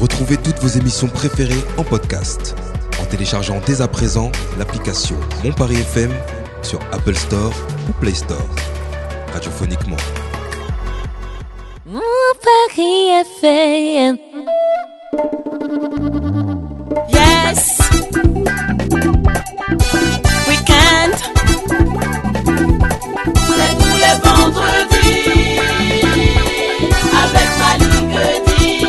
Retrouvez toutes vos émissions préférées en podcast en téléchargeant dès à présent l'application Mon Paris FM sur Apple Store ou Play Store. Radiophoniquement. Mon Paris FM. Yes. Weekend. C'est tous les vendredis avec Malik Di.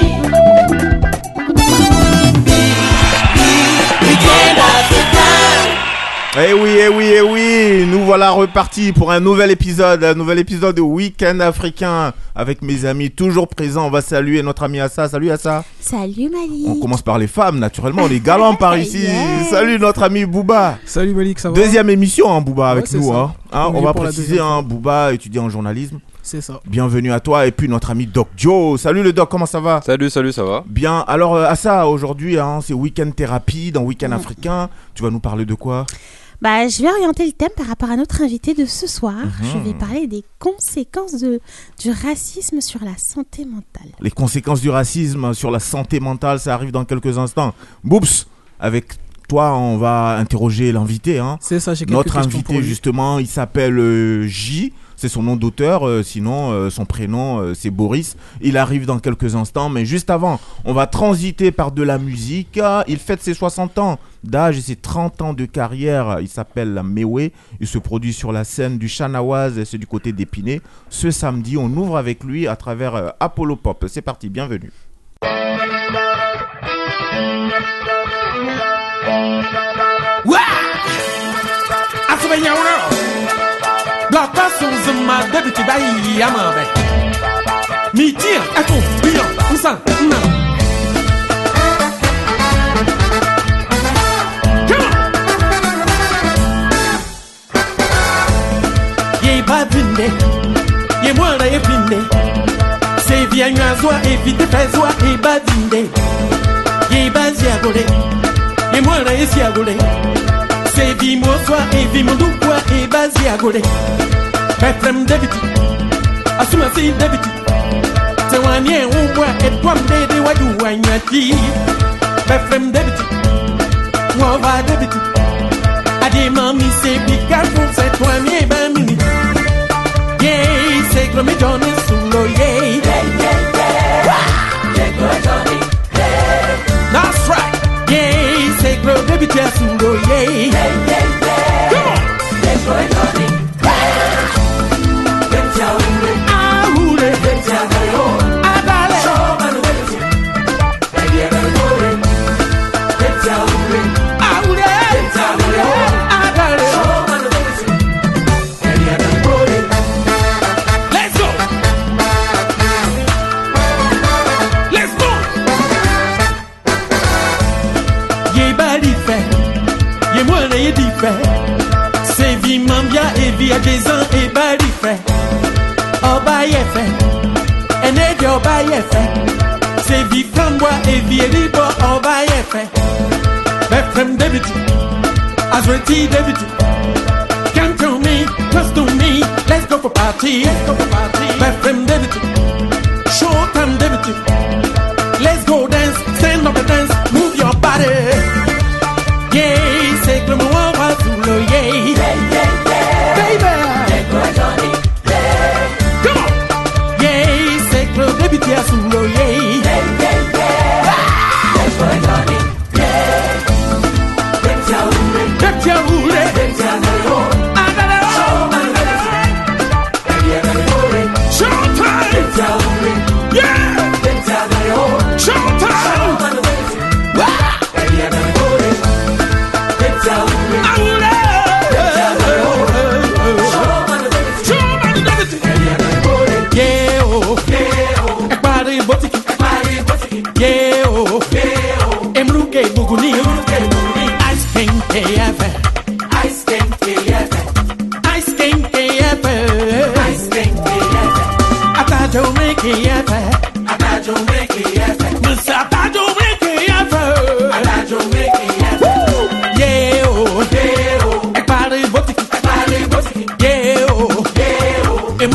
Weekend africain. Eh oui, nous voilà repartis pour un nouvel épisode de Week-end africain avec mes amis toujours présents. On va saluer notre ami Assa. Salut Assa. Salut Malik. On commence par les femmes, naturellement, on est galants par ici. Yeah. Salut notre ami Booba. Salut Malik, ça va? Deuxième émission, Booba, avec c'est nous. ça. On va pour la préciser, deuxième fois. Booba étudie en journalisme. C'est ça. Bienvenue à toi. Et puis notre ami Doc Joe. Salut le Doc, comment ça va? Salut, ça va? Bien. Alors Assa, aujourd'hui, c'est Week-end thérapie dans Week-end africain. Tu vas nous parler de quoi? Je vais orienter le thème par rapport à notre invité de ce soir. Je vais parler des conséquences du racisme sur la santé mentale. Les conséquences du racisme sur la santé mentale, ça arrive dans quelques instants. Boops, avec toi, on va interroger l'invité. C'est ça, j'ai quelques Notre questions invité, pour lui. justement, il s'appelle J. C'est son nom d'auteur, sinon son prénom c'est Boris. Il arrive dans quelques instants, mais juste avant, on va transiter par de la musique. Il fête ses 60 ans d'âge et ses 30 ans de carrière. Il s'appelle Mewe. Il se produit sur la scène du Chanawaz, c'est du côté d'Épinay. Ce samedi, on ouvre avec lui à travers Apollo Pop. C'est parti, bienvenue. La façon de ma début bailli à ma bête. Mi tire, attends, bien, où ça? Non. Yé babine, yé moi là yé pine. C'est bien un soir et vite fait soir et babine. Yé basi à golé, yé moi là yé si à golé. C'est vie moi soir et vie mon doua et basi à golé. Bethlehem debiti, asuma si debiti. Se wanye uwa et wamde de wadu wanyati. Bethlehem debiti, wava debiti. Adi mami se bigafo se twanye bamini. Yay, se grome Johnny sulo yay. That's right. Yay, se grome debiti sulo yay. Come on. C'est vie mambia et vie à des ans et bali fait. Oba yé fait. Ene de oba yé fait. C'est vie frambois et vie libre oba yé fait. Bethlehem debiti. Azreti debiti. Come to me, close to me. Let's go for party. Bethlehem debiti. Showtime debiti. Let's go dance, stand up and dance, move your body. Yeah, c'est que le moment va sous le yeah. Baby, come on. Yeah, c'est que le début est sous le yeah.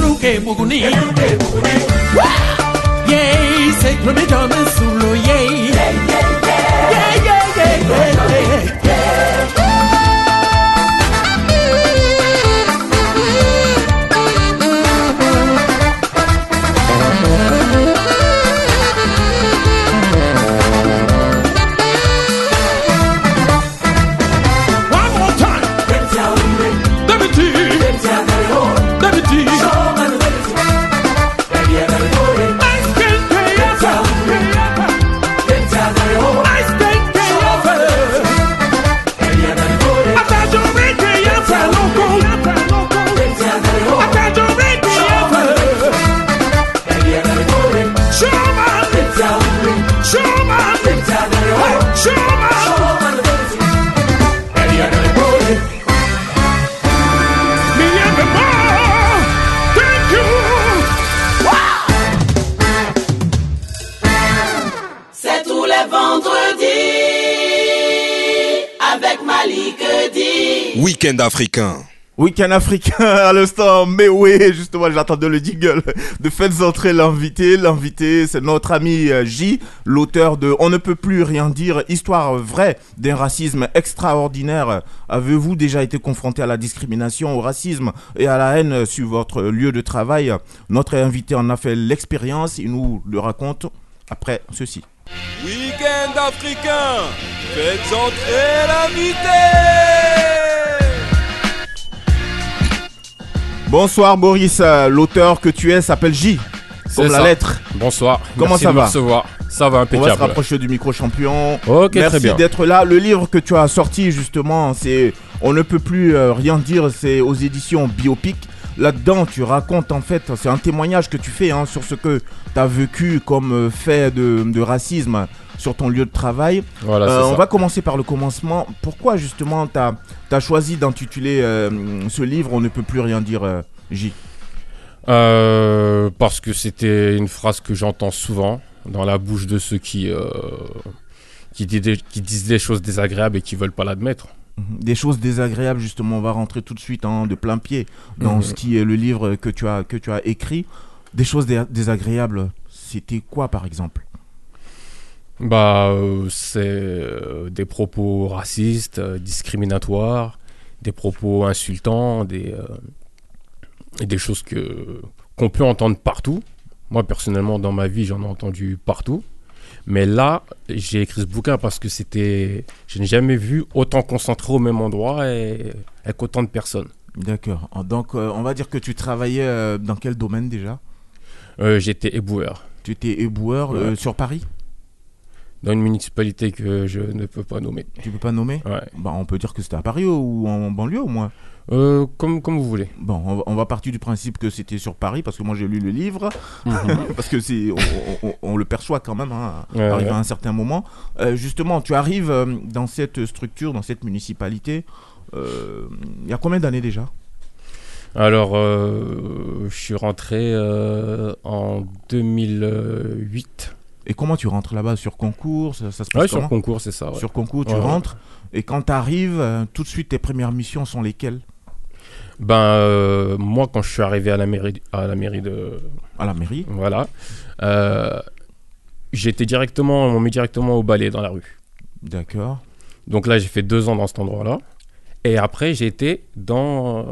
Yeah, c'est le médium sous l'eau, yeah. Week-end africain. Week-end africain à l'instant, mais oui, justement, j'attendais le jingle de Faites entrer l'invité. L'invité, c'est notre ami J, l'auteur de On ne peut plus rien dire, histoire vraie d'un racisme extraordinaire. Avez-vous déjà été confronté à la discrimination, au racisme et à la haine sur votre lieu de travail? Notre invité en a fait l'expérience, il nous le raconte après ceci. Week-end africain. Faites entrer l'invité. Bonsoir Boris, l'auteur que tu es s'appelle J, comme la lettre. Bonsoir. Comment merci ça de me va? recevoir. Ça va On impeccable. va se rapprocher du micro champion. Ok, Merci très bien. d'être là. Le livre que tu as sorti justement, c'est On ne peut plus rien dire, c'est aux éditions Biopic. Là-dedans, tu racontes en fait, c'est un témoignage que tu fais sur ce que tu as vécu comme fait de racisme sur ton lieu de travail. Voilà, c'est on ça. va commencer par le commencement. Pourquoi justement tu as choisi d'intituler ce livre On ne peut plus rien dire, J? Parce que c'était une phrase que j'entends souvent dans la bouche de ceux qui disent des choses désagréables et qui veulent pas l'admettre. Des choses désagréables, justement, on va rentrer tout de suite de plein pied dans ce qui est le livre que tu as écrit. Des choses désagréables, c'était quoi par exemple? C'est des propos racistes, discriminatoires, des propos insultants, des choses qu'on peut entendre partout. Moi, personnellement, dans ma vie, j'en ai entendu partout. Mais là, j'ai écrit ce bouquin parce que je n'ai jamais vu autant concentré au même endroit et avec autant de personnes. D'accord. Donc, on va dire que tu travaillais dans quel domaine déjà? J'étais éboueur. Tu étais éboueur Ouais. sur Paris? Dans une municipalité que je ne peux pas nommer. Tu peux pas nommer? Ouais. On peut dire que c'était à Paris ou en banlieue au moins. Comme vous voulez. Bon, on va partir du principe que c'était sur Paris parce que moi j'ai lu le livre. Parce que on le perçoit quand même arrivé à un certain moment. Justement, tu arrives dans cette structure, dans cette municipalité. Il y a combien d'années déjà? Alors, je suis rentré en 2008. Et comment tu rentres là-bas? Sur concours? Ça se passe Ouais, comment? sur concours, c'est ça. Ouais. Sur concours, tu Ouais. rentres. Et quand tu arrives, tout de suite, tes premières missions sont lesquelles? Moi, quand je suis arrivé à la mairie de... À la mairie? Voilà. On m'a mis directement au balai dans la rue. D'accord. Donc là, j'ai fait 2 ans dans cet endroit-là. Et après, j'ai été dans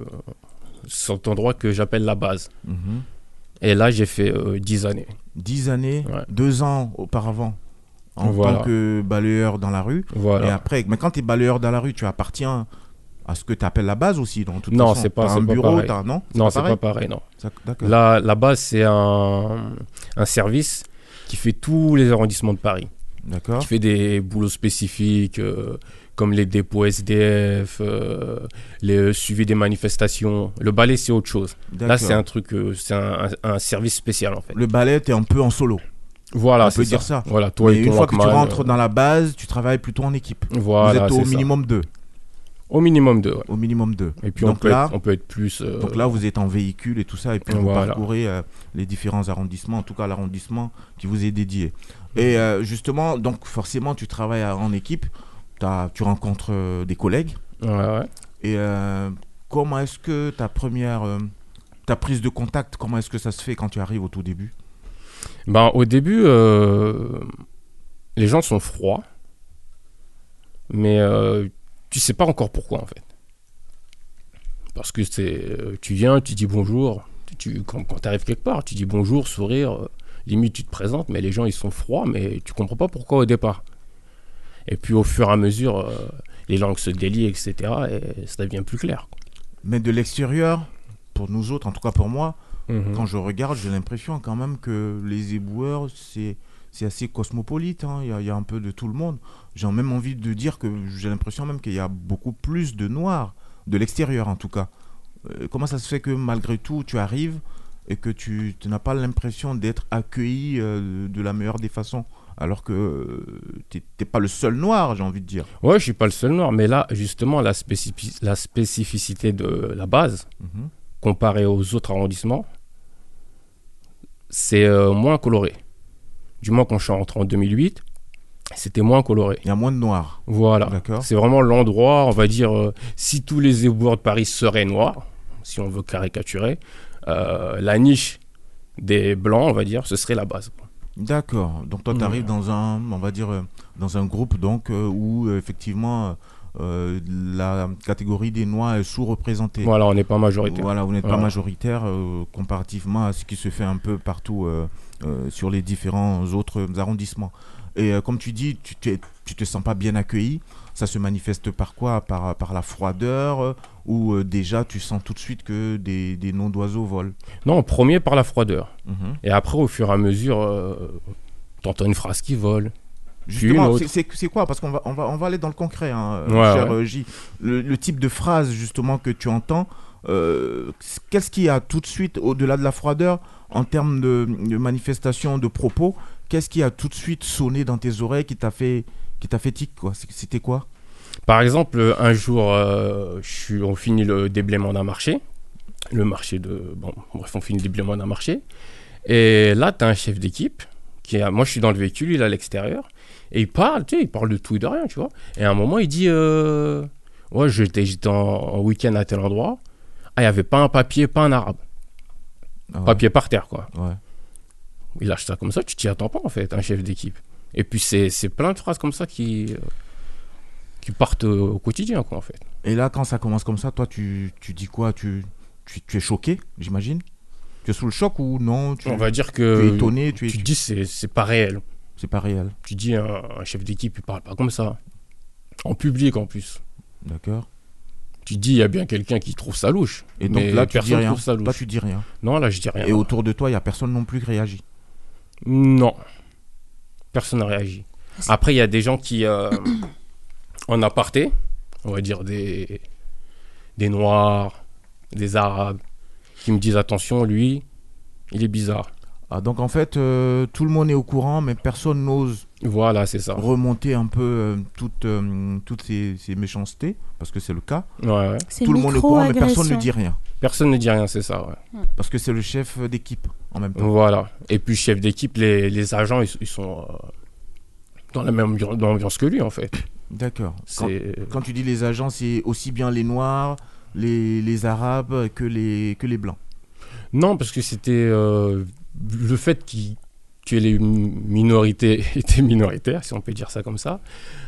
cet endroit que j'appelle la base. Mhm. Et là, j'ai fait 10 années. 10 années, Ouais. 2 ans auparavant, en Voilà. tant que balayeur dans la rue. Voilà. Et après, mais quand tu es balayeur dans la rue, tu appartiens à ce que tu appelles la base aussi, dans toute Non, façon. c'est pas- T'as c'est un pas bureau, pareil. non? Non, c'est pas pareil, non. D'accord. La base, c'est un service qui fait tous les arrondissements de Paris. D'accord. Qui fait des boulots spécifiques comme les dépôts SDF, les suivis des manifestations. Le balai, c'est autre chose. Là, D'accord. c'est un truc, c'est un service spécial en fait. Le balai, tu es un peu en solo. Voilà, on c'est peut dire ça. Voilà, toi Mais et une ton fois que tu Walkman, rentres dans la base, tu travailles plutôt en équipe. voilà, Vous êtes au c'est ça. minimum 2. Au minimum 2. Ouais. Au minimum 2. Et puis donc, on peut être plus. Donc là, vous êtes en véhicule et tout ça, et puis vous Voilà. parcourez les différents arrondissements, en tout cas l'arrondissement qui vous est dédié. Et justement, donc forcément, tu travailles en équipe, tu rencontres des collègues. Ouais. Et comment est-ce que ta prise de contact, comment est-ce que ça se fait quand tu arrives au tout début? Au début, les gens sont froids, mais tu sais pas encore pourquoi en fait. Parce que tu viens, tu dis bonjour, quand tu arrives quelque part, tu dis bonjour, sourire, limite tu te présentes, mais les gens ils sont froids, mais tu comprends pas pourquoi au départ. Et puis au fur et à mesure, les langues se délient, etc. et ça devient plus clair. Mais de l'extérieur, pour nous autres, en tout cas pour moi, Mhm. quand je regarde, j'ai l'impression quand même que les éboueurs, c'est assez cosmopolite. Hein. Il y a un peu de tout le monde. J'ai même envie de dire que j'ai l'impression même qu'il y a beaucoup plus de noirs, de l'extérieur en tout cas. Comment ça se fait que malgré tout, tu arrives et que tu n'as pas l'impression d'être accueilli de la meilleure des façons, alors que t'es pas le seul noir, j'ai envie de dire. Ouais, je suis pas le seul noir, mais là, justement, la spécificité de la base, Mhm. comparée aux autres arrondissements, c'est moins coloré. Du moins, quand je suis rentré en 2008, c'était moins coloré. Il y a moins de noir. Voilà. D'accord. C'est vraiment l'endroit, on va dire, si tous les éboueurs de Paris seraient noirs, si on veut caricaturer, la niche des blancs, on va dire, ce serait la base. D'accord. Donc toi, tu arrives dans un, on va dire, dans un groupe donc où effectivement la catégorie des noirs est sous-représentée. Voilà, on n'est pas majoritaire. Voilà, vous n'êtes pas majoritaire comparativement à ce qui se fait un peu partout sur les différents autres arrondissements. Et comme tu dis, tu te sens pas bien accueilli. Ça se manifeste par quoi? Par la froideur ou déjà tu sens tout de suite que des noms d'oiseaux volent? Non, en premier par la froideur. Mhm. Et après, au fur et à mesure, t'entends une phrase qui vole. Justement, Une autre. c'est quoi? Parce qu'on va aller dans le concret, hein, Ouais, cher J. Le type de phrase justement que tu entends, qu'est-ce qu'il y a tout de suite au-delà de la froideur en termes de manifestation de propos? Qu'est-ce qui a tout de suite sonné dans tes oreilles qui t'a fait tic, quoi? C'était quoi? Par exemple, un jour, on finit le déblaiement d'un marché. Le marché de... Bon, bref, on finit le déblaiement d'un marché. Et là, tu as un chef d'équipe. Moi, je suis dans le véhicule, il est à l'extérieur. Et il parle de tout et de rien, tu vois. Et à un moment, il dit... Ouais, j'étais en week-end à tel endroit. Ah, il n'y avait pas un papier, pas un arabe. Ah ouais. Papier par terre, quoi. Ouais. Il lâche ça comme ça, tu t'y attends pas, en fait, un chef d'équipe. Et puis, c'est plein de phrases comme ça qui partent au quotidien, quoi, en fait. Et là, quand ça commence comme ça, toi, tu dis quoi? Tu es choqué, j'imagine? Tu es sous le choc ou non? On va dire tu que... es étonné, Tu te dis, c'est pas réel. c'est pas réel. Tu dis, un chef d'équipe, il parle pas comme ça. En public, en plus. D'accord. Tu te dis, il y a bien quelqu'un qui trouve ça louche. Et donc mais là, tu dis personne rien. trouve ça louche. Là, tu dis rien. Non, là, je dis rien. Et autour de toi, il y a personne non plus qui réagit. Non. Personne n'a réagi. Après, il y a des gens qui, en aparté, on va dire des Noirs, des Arabes, qui me disent, attention, lui, il est bizarre. Ah, donc en fait, tout le monde est au courant, mais personne n'ose Voilà, c'est ça. remonter un peu toutes ces méchancetés, parce que c'est le cas. Ouais. C'est Tout le monde est au courant, mais personne ne micro-agression. dit rien. Personne ne dit rien, c'est ça, ouais. Parce que c'est le chef d'équipe en même temps. Voilà. Et puis, chef d'équipe, les agents, ils sont dans la même ambiance que lui, en fait. D'accord. C'est... Quand tu dis les agents, c'est aussi bien les Noirs, les Arabes que les Blancs. Non, parce que c'était le fait que les minorités étaient minoritaires, si on peut dire ça comme ça.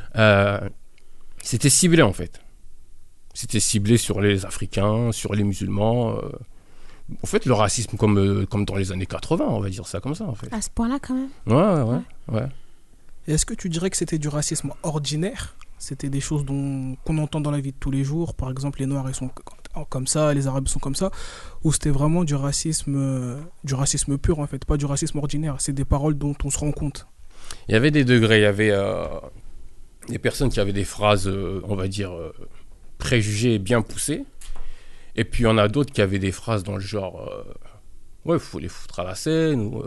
C'était ciblé, en fait. C'était ciblé sur les Africains, sur les musulmans. En fait, le racisme comme dans les années 80, on va dire ça comme ça, en fait. À ce point-là, quand même. Ouais. Et est-ce que tu dirais que c'était du racisme ordinaire? C'était des choses qu'on entend dans la vie de tous les jours. Par exemple, les Noirs ils sont comme ça, les Arabes sont comme ça. Ou c'était vraiment du racisme pur, en fait, pas du racisme ordinaire. C'est des paroles dont on se rend compte. Il y avait des degrés. Il y avait des personnes qui avaient des phrases, on va dire, préjugées bien poussées. Et puis, il y en a d'autres qui avaient des phrases dans le genre ouais, il faut les foutre à la scène, ou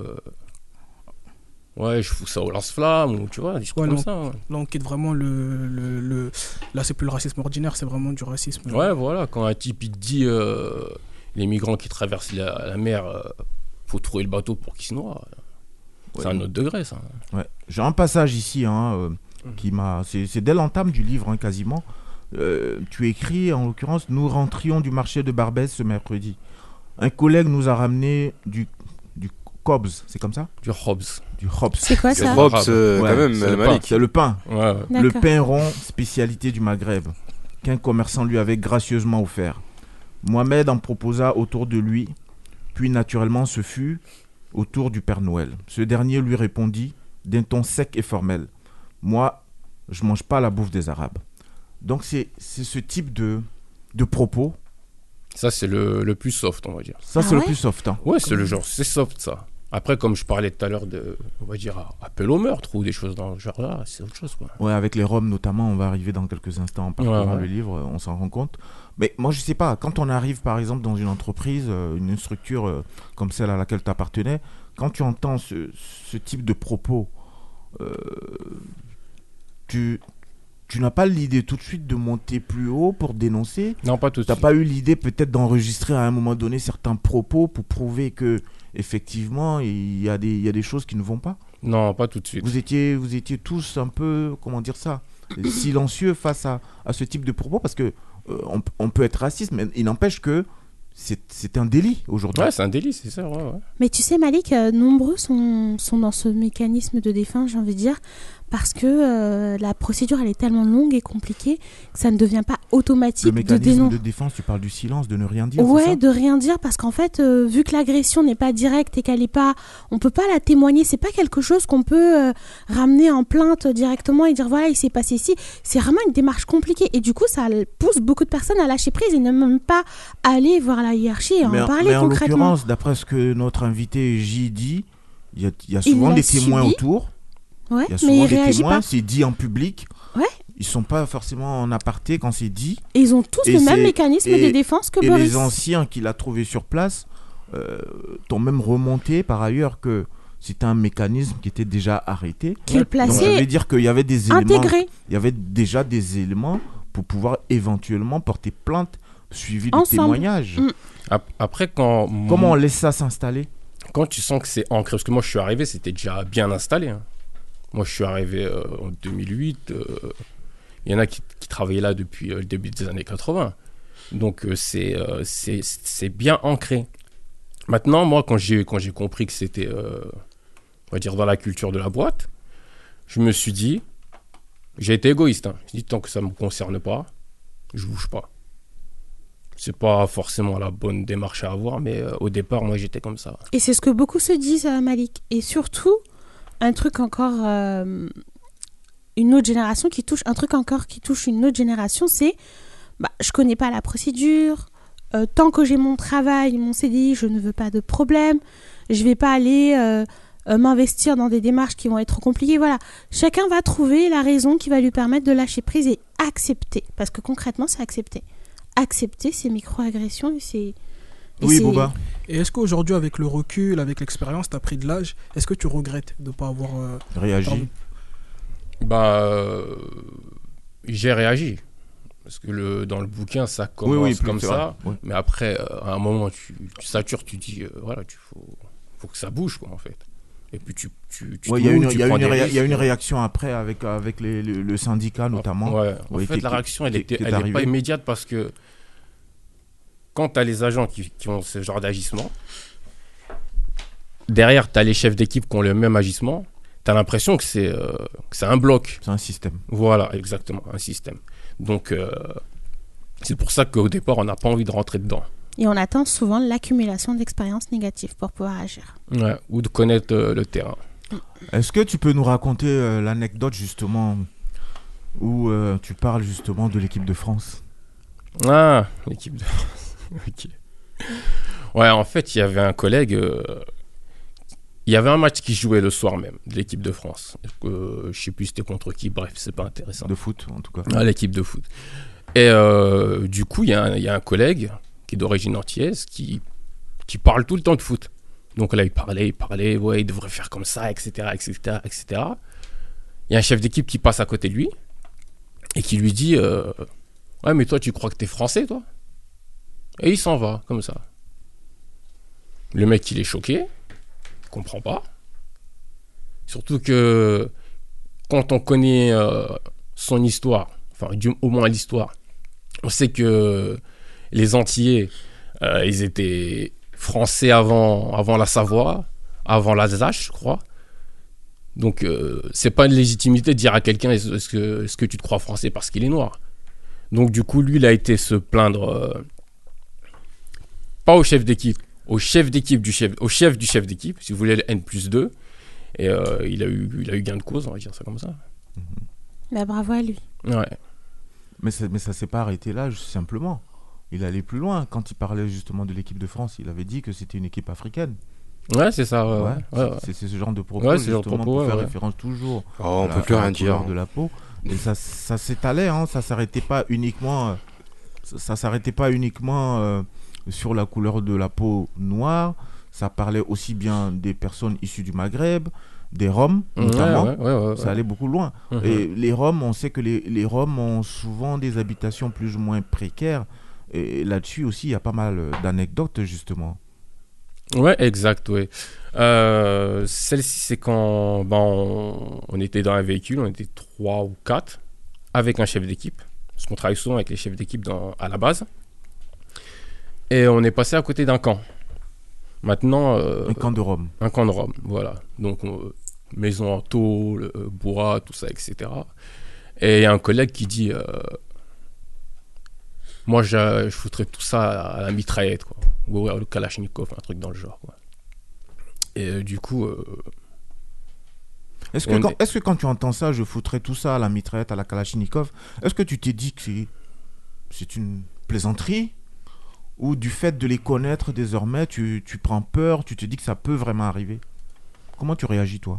ouais, je fous ça au lance-flamme, ou tu vois, des trucs comme ça. Ouais. Là, on quitte vraiment Là, c'est plus le racisme ordinaire, c'est vraiment du racisme. Ouais, voilà, quand un type il te dit les migrants qui traversent la mer, faut trouver le bateau pour qu'ils se noient. Ouais. C'est un autre degré, ça. Ouais. J'ai un passage ici qui m'a. C'est dès l'entame du livre, hein, quasiment. Tu écris, en l'occurrence, nous rentrions du marché de Barbès ce mercredi. Un collègue nous a ramené du Cobs, c'est comme ça? Du Hobbs. Du Hobbs. C'est quoi ça? Robs, Ouais, quand même, c'est le Malik. C'est le pain. Ouais. Le D'accord. pain rond, spécialité du Maghreb, qu'un commerçant lui avait gracieusement offert. Mohamed en proposa autour de lui, puis naturellement ce fut autour du Père Noël. Ce dernier lui répondit d'un ton sec et formel. Moi, je mange pas la bouffe des Arabes. Donc c'est ce type de propos. Ça, c'est le plus soft, on va dire. Ça, Ah c'est le ouais plus soft. Hein. Ouais, c'est le genre, c'est soft, ça. Après, comme je parlais tout à l'heure de, on va dire, appel au meurtre ou des choses dans ce genre-là, c'est autre chose, quoi. Ouais, avec les Roms notamment, on va arriver dans quelques instants en parcourant Ouais. le livre, on s'en rend compte. Mais moi, je sais pas, quand on arrive par exemple dans une entreprise, une structure comme celle à laquelle tu appartenais, quand tu entends ce type de propos, tu n'as pas l'idée tout de suite de monter plus haut pour dénoncer? Non, pas tout de T'as suite. pas eu l'idée peut-être d'enregistrer à un moment donné certains propos pour prouver que effectivement, il y a des choses qui ne vont pas. Non, pas tout de suite. Vous étiez tous un peu, comment dire ça, silencieux face à ce type de propos, parce que on peut être raciste, mais il n'empêche que c'est un délit aujourd'hui. Ouais, c'est un délit, c'est ça. Ouais. Mais tu sais, Malik, nombreux sont dans ce mécanisme de défense, j'ai envie de dire, parce que la procédure, elle est tellement longue et compliquée que ça ne devient pas automatique Le de mécanisme dénoncer. de défense, tu parles du silence, de ne rien dire, c'est Ouais, ça de rien dire, parce qu'en fait, vu que l'agression n'est pas directe et qu'elle est pas, on peut pas la témoigner, c'est pas quelque chose qu'on peut ramener en plainte directement et dire voilà, il s'est passé ci. C'est vraiment une démarche compliquée et du coup, ça pousse beaucoup de personnes à lâcher prise et ne même pas aller voir la hiérarchie et mais en parler mais en concrètement. l'occurrence, d'après ce que notre invité J dit, il y a souvent l'a des témoins subi. autour. Ouais, Il y a mais souvent il des réagit témoins, pas. c'est dit en public. Ouais. Ils sont pas forcément en aparté quand c'est dit. Et ils ont tous Et le même c'est- mécanisme et- de défense que Et Boris. les anciens qu'il a trouvés sur place t'ont même remonté par ailleurs que c'était un mécanisme qui était déjà arrêté. Qu'il Donc ça plaçait veut dire qu'il y avait des éléments, intégré. il y avait déjà des éléments pour pouvoir éventuellement porter plainte suivi de Ensemble. témoignages. Mm. Après, quand Comment on laisse ça s'installer? quand tu sens que c'est ancré, parce que moi je suis arrivé, c'était déjà bien installé. Hein. Moi je suis arrivé en 2008. Il y en a qui travaillaient là depuis le début des années 80. Donc c'est bien ancré. Maintenant, moi, quand j'ai compris que c'était, on va dire, dans la culture de la boîte, je me suis dit, j'ai été égoïste. Hein. Je dis, tant que ça ne me concerne pas, je bouge pas. C'est pas forcément la bonne démarche à avoir, mais au départ, moi, j'étais comme ça. Et c'est ce que beaucoup se disent, Malik. Et surtout, un truc encore, une autre génération qui touche, un truc encore qui touche une autre génération, c'est, je connais pas la procédure. Tant que j'ai mon travail, mon CDI, je ne veux pas de problème. Je vais pas aller m'investir dans des démarches qui vont être trop compliquées. Voilà. Chacun va trouver la raison qui va lui permettre de lâcher prise et accepter. Parce que concrètement, c'est accepter. Accepter ces micro-agressions et c'est... Oui, Boba. Et est-ce qu'aujourd'hui, avec le recul, avec l'expérience, tu as pris de l'âge, est-ce que tu regrettes de ne pas avoir Réagis. J'ai réagi. Parce que dans le bouquin, ça commence Oui, comme c'est ça. vrai. Ouais. Mais après, à un moment, tu satures, tu dis, voilà, faut que ça bouge, quoi, en fait. Et puis tu Ouais, il y a prends des risques. une réaction après avec le syndicat notamment. Ouais. En Oui, fait, la réaction, elle n'est pas immédiate parce que quand tu as les agents qui ont ce genre d'agissement, derrière, tu as les chefs d'équipe qui ont le même agissement, tu as l'impression que c'est un bloc. C'est un système. Voilà, exactement, un système. Donc, c'est pour ça qu'au départ, on n'a pas envie de rentrer dedans. Et on attend souvent l'accumulation d'expériences négatives pour pouvoir agir. Ouais, ou de connaître le terrain. Est-ce que tu peux nous raconter l'anecdote justement où tu parles justement de l'équipe de France? Ah, l'équipe de France. Ok. Ouais, en fait, il y avait un collègue. Il y avait un match qui jouait le soir même de l'équipe de France. Je sais plus c'était contre qui. Bref, c'est pas intéressant. De foot en tout cas. Ah, l'équipe de foot. Et du coup, il y a un collègue qui est d'origine antillaise qui parle tout le temps de foot. Donc là, il parlait, ouais, il devrait faire comme ça, etc., etc., etc. Il y a un chef d'équipe qui passe à côté de lui et qui lui dit ouais, mais toi, tu crois que t'es français, toi? Et il s'en va, comme ça. Le mec, il est choqué, il comprend pas. Surtout que quand on connaît son histoire, enfin, au moins l'histoire, on sait que les Antillais, ils étaient français avant la Savoie, avant l'Alsace, je crois. Donc, c'est pas une légitimité de dire à quelqu'un est-ce que tu te crois français parce qu'il est noir. Donc, du coup, lui, il a été se plaindre, pas au chef d'équipe, au chef du chef d'équipe, si vous voulez, le N+2. Et il a eu gain de cause, on va dire ça comme ça. Bravo à lui. Ouais. Mais ça s'est pas arrêté là, simplement. Il allait plus loin. Quand il parlait justement de l'équipe de France, il avait dit que c'était une équipe africaine. Ouais, c'est ça. Ouais. C'est ce genre de propos, Ouais, c'est justement, ce genre de propos, pour faire ouais. référence toujours Oh, on à peut plus à la rien dire. couleur de la peau. Et ça s'étalait, hein, ça s'arrêtait pas uniquement, sur la couleur de la peau noire. Ça parlait aussi bien des personnes issues du Maghreb, des Roms notamment. Ouais. Ça allait beaucoup loin. Mhm. Et les Roms, on sait que les Roms ont souvent des habitations plus ou moins précaires. Et là-dessus aussi, il y a pas mal d'anecdotes, justement. Ouais, exact, ouais. Celle-ci, c'est quand on était dans un véhicule, on était 3 ou 4, avec un chef d'équipe. Parce qu'on travaille souvent avec les chefs d'équipe à la base. Et on est passé à côté d'un camp. Maintenant... Un camp de Rome. Un camp de Rome, voilà. Donc, maison en tôle, bois, tout ça, etc. Et il y a un collègue qui dit... moi, je foutrais tout ça à la mitraillette, quoi. Ou le Kalachnikov, un truc dans le genre, quoi. Et du coup... Est-ce que quand tu entends ça, je foutrais tout ça à la mitraillette, à la Kalachnikov, est-ce que tu t'es dit que c'est une plaisanterie? Ou du fait de les connaître désormais, tu prends peur, tu te dis que ça peut vraiment arriver? Comment tu réagis, toi,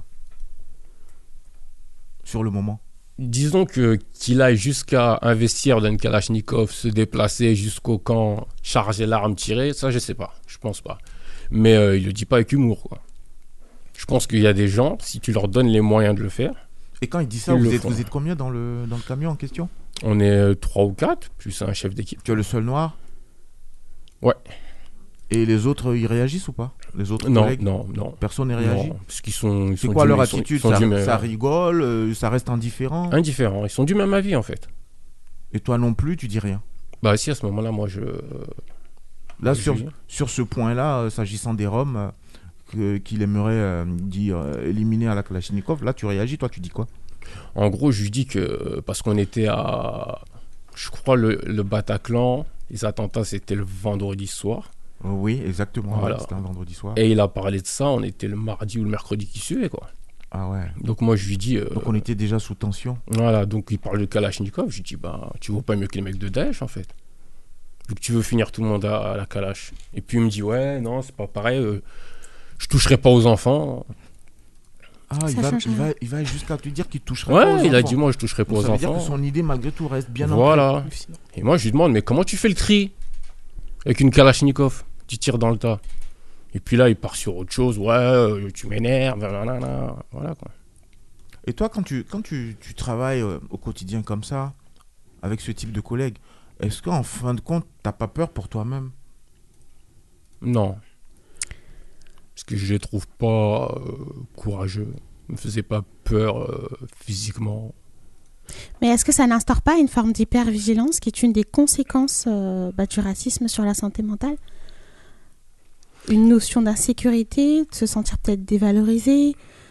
sur le moment? Disons qu'il aille jusqu'à investir dans une Kalachnikov, se déplacer jusqu'au camp, charger l'arme, tirer, ça je sais pas, je pense pas. Mais il le dit pas avec humour, quoi. Je pense qu'il y a des gens, si tu leur donnes les moyens de le faire... Et quand il dit ça, vous êtes combien dans le camion en question? On est 3 ou 4, plus un chef d'équipe. Tu es le seul noir? Ouais. Et les autres, ils réagissent ou pas? Les autres collègues? Non. Personne n'est réagi? Non, parce qu'ils sont... C'est quoi leur attitude? Ça rigole? Ça reste indifférent? Indifférent. Ils sont du même avis, en fait. Et toi non plus, tu dis rien? Bah si, à ce moment-là, moi, je... Là, sur ce point-là, s'agissant des Roms, qu'il aimerait éliminer à la Kalachnikov, là, tu réagis, toi, tu dis quoi? En gros, je lui dis que... Parce qu'on était à... Je crois le Bataclan, les attentats, c'était le vendredi soir. Oui, exactement. Voilà. Ouais, c'était un vendredi soir. Et il a parlé de ça, on était le mardi ou le mercredi qui suivait, quoi. Ah ouais. Donc moi, je lui dis... Donc on était déjà sous tension. Voilà, donc il parle de Kalachnikov, je lui dis, tu vaux pas mieux que les mecs de Daesh, en fait. Vu que tu veux finir tout le monde à la Kalash. Et puis il me dit, ouais, non, c'est pas pareil, je toucherai pas aux enfants. Ah, il va jusqu'à te dire qu'il toucherait pas aux enfants. Ouais, il a dit, moi, je toucherai pas aux enfants. Ça veut dire que son idée, malgré tout, reste bien Voilà. Et moi, je lui demande, mais comment tu fais le tri avec une Kalachnikov? Tu tires dans le tas. Et puis là, il part sur autre chose. Ouais, tu m'énerves. Voilà, quoi. Et toi, quand tu travailles au quotidien comme ça, avec ce type de collègues, est-ce qu'en fin de compte, t'as pas peur pour toi-même? Non. Parce que je les trouve pas courageux. Ils me faisaient pas peur physiquement. Mais est-ce que ça n'instaure pas une forme d'hypervigilance qui est une des conséquences du racisme sur la santé mentale? Une notion d'insécurité, de se sentir peut-être dévalorisé,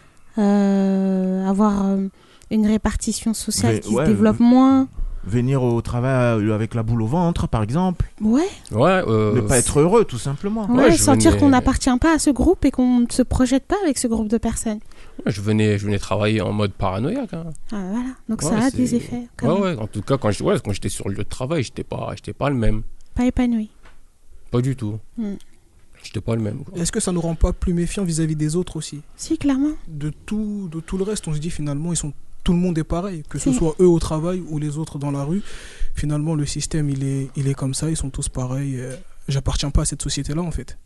avoir une répartition sociale qui se développe moins. Venir au travail avec la boule au ventre, par exemple. Ouais. Ne pas être heureux, tout simplement. Ouais, sentir qu'on n'appartient pas à ce groupe et qu'on ne se projette pas avec ce groupe de personnes. Ouais, je venais travailler en mode paranoïaque. Hein. Ah, voilà. Donc ça a des effets. Ouais. En tout cas, quand j'étais sur le lieu de travail, j'étais pas le même. Pas épanoui. Pas du tout. J'étais pas le même. Quoi. Est-ce que ça nous rend pas plus méfiants vis-à-vis des autres aussi? Si, clairement. De tout le reste, on se dit finalement, tout le monde est pareil, que ce soit eux au travail ou les autres dans la rue. Finalement, le système, il est comme ça, ils sont tous pareils. J'appartiens pas à cette société-là, en fait.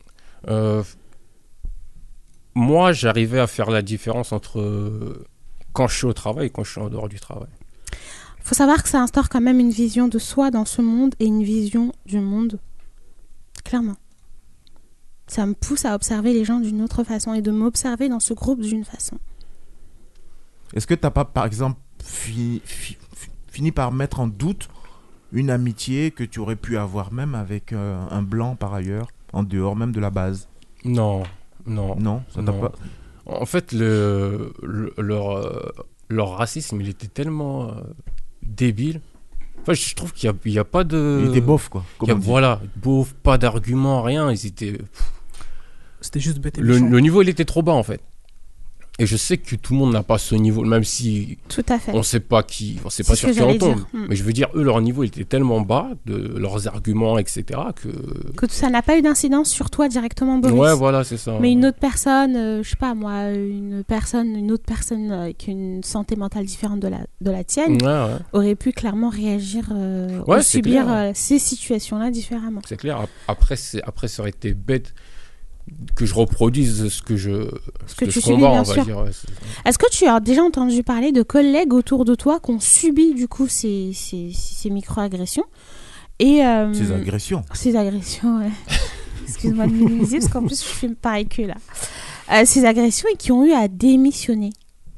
Moi, j'arrivais à faire la différence entre quand je suis au travail et quand je suis en dehors du travail. Il faut savoir que ça instaure quand même une vision de soi dans ce monde et une vision du monde. Clairement. Ça me pousse à observer les gens d'une autre façon et de m'observer dans ce groupe d'une façon. Est-ce que tu n'as pas, par exemple, fini par mettre en doute une amitié que tu aurais pu avoir même avec un blanc par ailleurs, en dehors même de la base? Non, ça t'a pas... En fait, leur racisme, il était tellement débile. Enfin, je trouve qu'il y a pas de... Il était bof, quoi. Voilà, bof, pas d'arguments, rien. Ils étaient... C'était juste bête et méchant. Le niveau, il était trop bas, en fait. Et je sais que tout le monde n'a pas ce niveau, même si tout à fait. On sait pas sur qui on tombe. Mais je veux dire, eux, leur niveau, il était tellement bas de leurs arguments, etc. que ça n'a pas eu d'incidence sur toi directement, Boris. Ouais, voilà, c'est ça. Mais une autre personne, je sais pas moi, une autre personne avec une santé mentale différente de la tienne, aurait pu clairement réagir ou subir ces situations-là différemment. C'est clair. Après, ça aurait été bête que je reproduise ce que je subis, on va dire. Est-ce que tu as déjà entendu parler de collègues autour de toi qui ont subi du coup ces micro-agressions et Ces agressions, ouais. excuse-moi de minimiser, parce qu'en plus, je fais pareil que là. Ces agressions et qui ont eu à démissionner.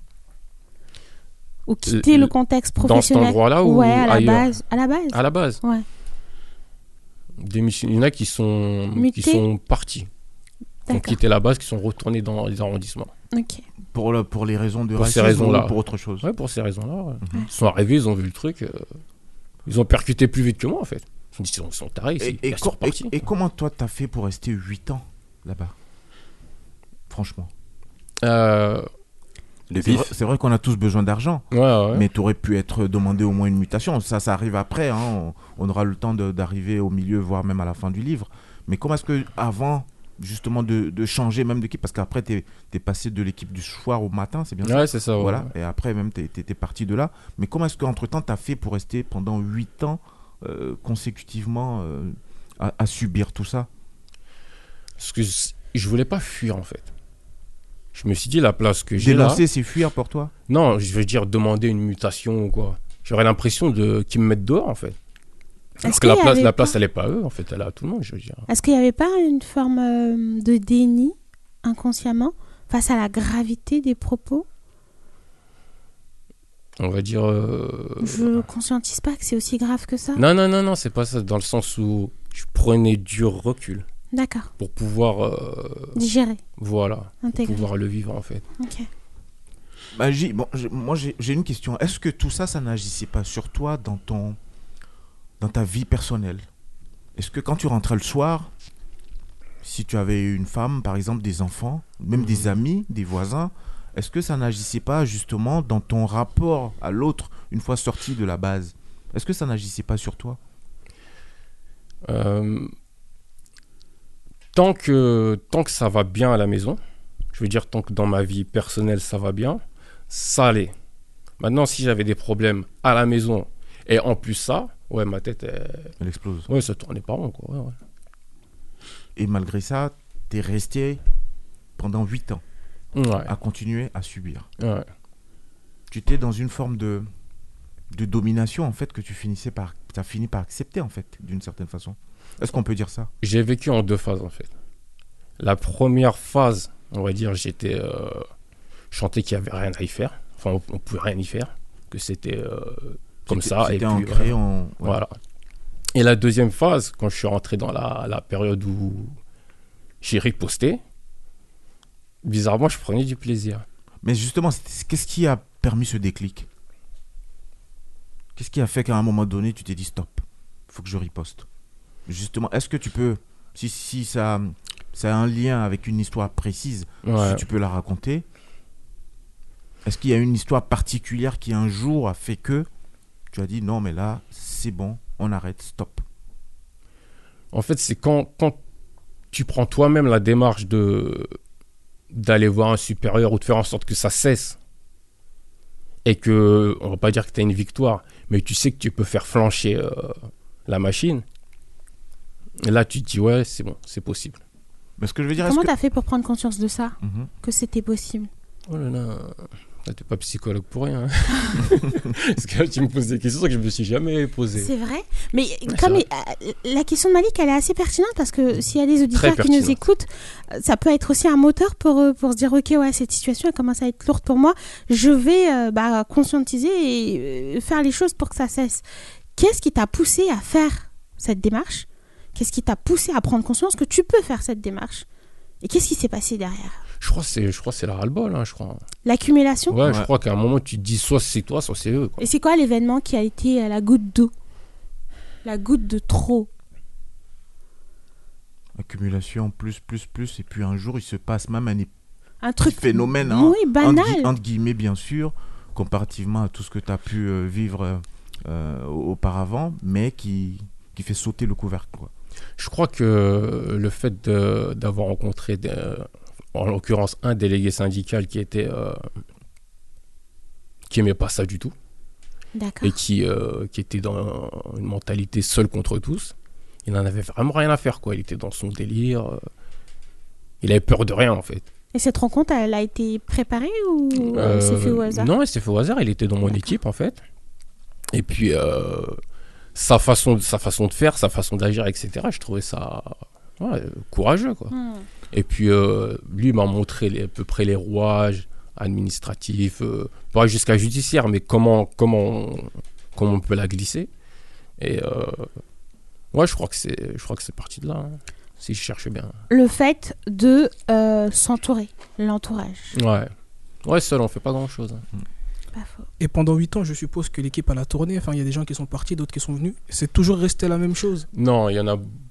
Ou quitter le contexte professionnel. Dans cet endroit-là ou ouais, à la ailleurs? base. À la base. À la base. Ouais. Il y en a qui sont partis. Qui ont D'accord. quitté la base, qui sont retournés dans les arrondissements. Ok. Pour les raisons de Pour ces racisme raisons-là. ou pour autre chose. Ouais, pour ces raisons-là. Ouais. Mhm. Ils sont arrivés, ils ont vu le truc. Ils ont percuté plus vite que moi, en fait. Ils ont dit, ils sont tarés ici. Et comment toi, t'as fait pour rester 8 ans là-bas? Franchement. C'est vrai qu'on a tous besoin d'argent. Ouais. Mais tu aurais pu être demandé au moins une mutation. Ça arrive après. Hein. On aura le temps d'arriver au milieu, voire même à la fin du livre. Mais comment est-ce que avant justement de changer même d'équipe, parce qu'après t'es passé de l'équipe du soir au matin, c'est bien ça? Ouais, c'est ça. Voilà. Ouais. Et après même t'es parti de là. Mais comment est-ce qu'entre temps t'as fait pour rester pendant 8 ans consécutivement à subir tout ça? Parce que je voulais pas fuir, en fait. Je me suis dit, la place que j'ai là... Dénoncer, c'est fuir pour toi? Non, je veux dire demander une mutation ou quoi. J'aurais l'impression qu'ils me mettent dehors, en fait. Parce que la place, elle est pas à eux, en fait, elle est à tout le monde, je veux dire. Est-ce qu'il n'y avait pas une forme de déni, inconsciemment, face à la gravité des propos? On va dire... Je conscientise pas que c'est aussi grave que ça. Non, c'est pas ça. Dans le sens où je prenais du recul. D'accord. Pour pouvoir... digérer. Voilà. Intégrer. Pour pouvoir le vivre, en fait. Ok. Bah, moi, j'ai une question. Est-ce que tout ça, ça n'agissait pas sur toi dans ta vie personnelle? Est-ce que quand tu rentrais le soir, si tu avais une femme, par exemple, des enfants, même des amis, des voisins, est-ce que ça n'agissait pas justement dans ton rapport à l'autre une fois sorti de la base? Est-ce que ça n'agissait pas sur toi? Tant que ça va bien à la maison, je veux dire tant que dans ma vie personnelle ça va bien, ça allait. Maintenant, si j'avais des problèmes à la maison et en plus ça, ouais, ma tête Elle explose. Ouais, ça tournait pas rond, quoi. Ouais. Et malgré ça, t'es resté pendant 8 ans à continuer à subir. Ouais. Tu étais dans une forme de domination, en fait, que t'as fini par accepter, en fait, d'une certaine façon. Est-ce qu'on peut dire ça? J'ai vécu en 2 phases, en fait. La première phase, on va dire, j'étais... je sentais qu'il n'y avait rien à y faire. Enfin, on ne pouvait rien y faire. Que c'était comme ça. C'était et puis, ancré voilà. Et la deuxième phase, quand je suis rentré dans la période où j'ai riposté, bizarrement, je prenais du plaisir. Mais justement, qu'est-ce qui a permis ce déclic? Qu'est-ce qui a fait qu'à un moment donné, tu t'es dit stop, il faut que je riposte? Justement, est-ce que tu peux, si ça a un lien avec une histoire précise, si tu peux la raconter, est-ce qu'il y a une histoire particulière qui un jour a fait que tu as dit non, mais là, c'est bon, on arrête, stop? En fait, c'est quand tu prends toi-même la démarche d'aller voir un supérieur ou de faire en sorte que ça cesse et que, on va pas dire que tu as une victoire, mais tu sais que tu peux faire flancher la machine. Et là, tu te dis, ouais, c'est bon, c'est possible. Mais ce que je veux dire, comment t'as fait pour prendre conscience de ça, Mhm. que c'était possible? Oh là là, t'es pas psychologue pour rien. Parce que là, tu me poses des questions que je me suis jamais posées. C'est vrai. Mais comme la question de Malik, elle est assez pertinente parce que s'il y a des auditeurs qui nous écoutent, ça peut être aussi un moteur pour se dire, ok, ouais, cette situation elle commence à être lourde pour moi. Je vais conscientiser et faire les choses pour que ça cesse. Qu'est-ce qui t'a poussé à faire cette démarche? Qu'est-ce qui t'a poussé à prendre conscience que tu peux faire cette démarche? Et qu'est-ce qui s'est passé derrière? Je crois que c'est la ras-le-bol, hein, je crois. L'accumulation? Ouais, je crois qu'à un moment, tu te dis soit c'est toi, soit c'est eux, quoi. Et c'est quoi l'événement qui a été la goutte d'eau? La goutte de trop? Accumulation, plus, et puis un jour, il se passe même un truc phénomène, oui, banal. Entre guillemets, bien sûr, comparativement à tout ce que tu as pu vivre auparavant, mais qui fait sauter le couvercle, quoi. Je crois que le fait d'avoir rencontré, en l'occurrence, un délégué syndical qui aimait pas ça du tout. D'accord. Et qui était dans une mentalité seul contre tous. Il n'en avait vraiment rien à faire, quoi. Il était dans son délire. Il avait peur de rien, en fait. Et cette rencontre, elle a été préparée ou elle s'est fait au hasard? Non, elle s'est fait au hasard. Il était dans mon équipe, en fait. Et puis, sa façon de faire, sa façon d'agir, etc., je trouvais ça courageux, quoi. Et puis, lui il m'a montré à peu près les rouages administratifs, pas jusqu'à judiciaire, mais comment on peut la glisser. Et je crois que c'est parti de là, hein, si je cherchais bien. Le fait de s'entourer, l'entourage. Ouais, seul on fait pas grand-chose. Hein. Pas faux. Et pendant 8 ans, je suppose que l'équipe elle a tourné. Enfin, il y a des gens qui sont partis, d'autres qui sont venus. C'est toujours resté la même chose. Non, il y en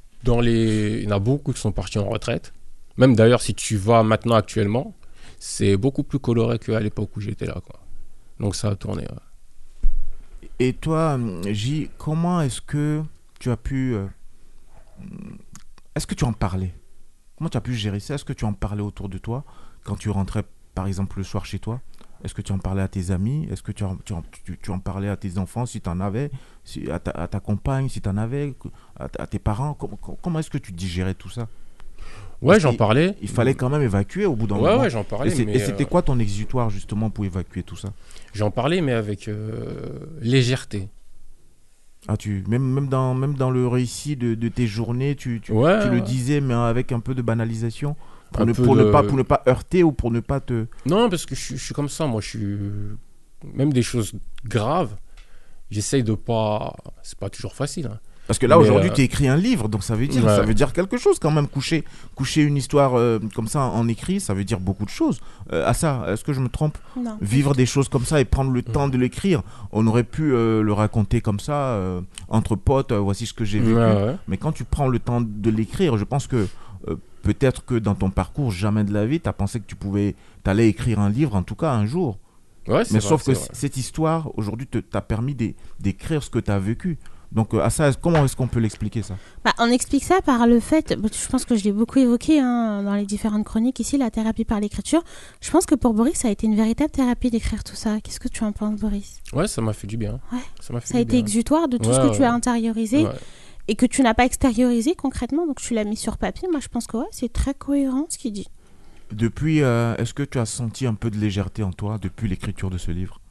a beaucoup qui sont partis en retraite. Même d'ailleurs, si tu vas maintenant actuellement, c'est beaucoup plus coloré qu'à l'époque où j'étais là, quoi. Donc ça a tourné. Ouais. Et toi, J, comment est-ce que tu as pu... est-ce que tu en parlais? Comment tu as pu gérer ça? Est-ce que tu en parlais autour de toi quand tu rentrais, par exemple, le soir chez toi? Est-ce que tu en parlais à tes amis? Est-ce que tu en parlais à tes enfants, si tu en avais, à ta compagne, si tu en avais, à tes parents? Comment est-ce que tu digérais tout ça? Ouais, j'en parlais. Il fallait quand même évacuer au bout d'un moment. Ouais, j'en parlais. Et c'était quoi ton exutoire, justement, pour évacuer tout ça? J'en parlais, mais avec légèreté. Ah, même dans le récit de tes journées, tu le disais, mais avec un peu de banalisation, pour ne pas heurter ou pour ne pas te... Non, parce que je suis comme ça, moi, même des choses graves, j'essaye de pas... C'est pas toujours facile, hein. Parce que là, aujourd'hui, tu écris un livre, donc ça veut dire quelque chose quand même. Coucher une histoire comme ça en écrit, ça veut dire beaucoup de choses. Assa, est-ce que je me trompe? Non. Vivre des choses comme ça et prendre le temps de l'écrire, on aurait pu le raconter comme ça, entre potes, voici ce que j'ai vécu. Ouais. Mais quand tu prends le temps de l'écrire, je pense que peut-être que dans ton parcours, jamais de la vie, tu as pensé que t'allais écrire un livre, en tout cas un jour. Ouais, mais sauf que cette histoire, aujourd'hui, t'a permis d'écrire ce que tu as vécu. Donc, comment est-ce qu'on peut l'expliquer, ça? On explique ça par le fait, je pense que je l'ai beaucoup évoqué dans les différentes chroniques ici, la thérapie par l'écriture. Je pense que pour Boris, ça a été une véritable thérapie d'écrire tout ça. Qu'est-ce que tu en penses, Boris? Ouais, ça m'a fait du bien. Ouais. Ça a été exutoire de tout ce que tu as intériorisé et que tu n'as pas extériorisé concrètement. Donc, tu l'as mis sur papier. Moi, je pense que c'est très cohérent ce qu'il dit. Depuis, est-ce que tu as senti un peu de légèreté en toi depuis l'écriture de ce livre?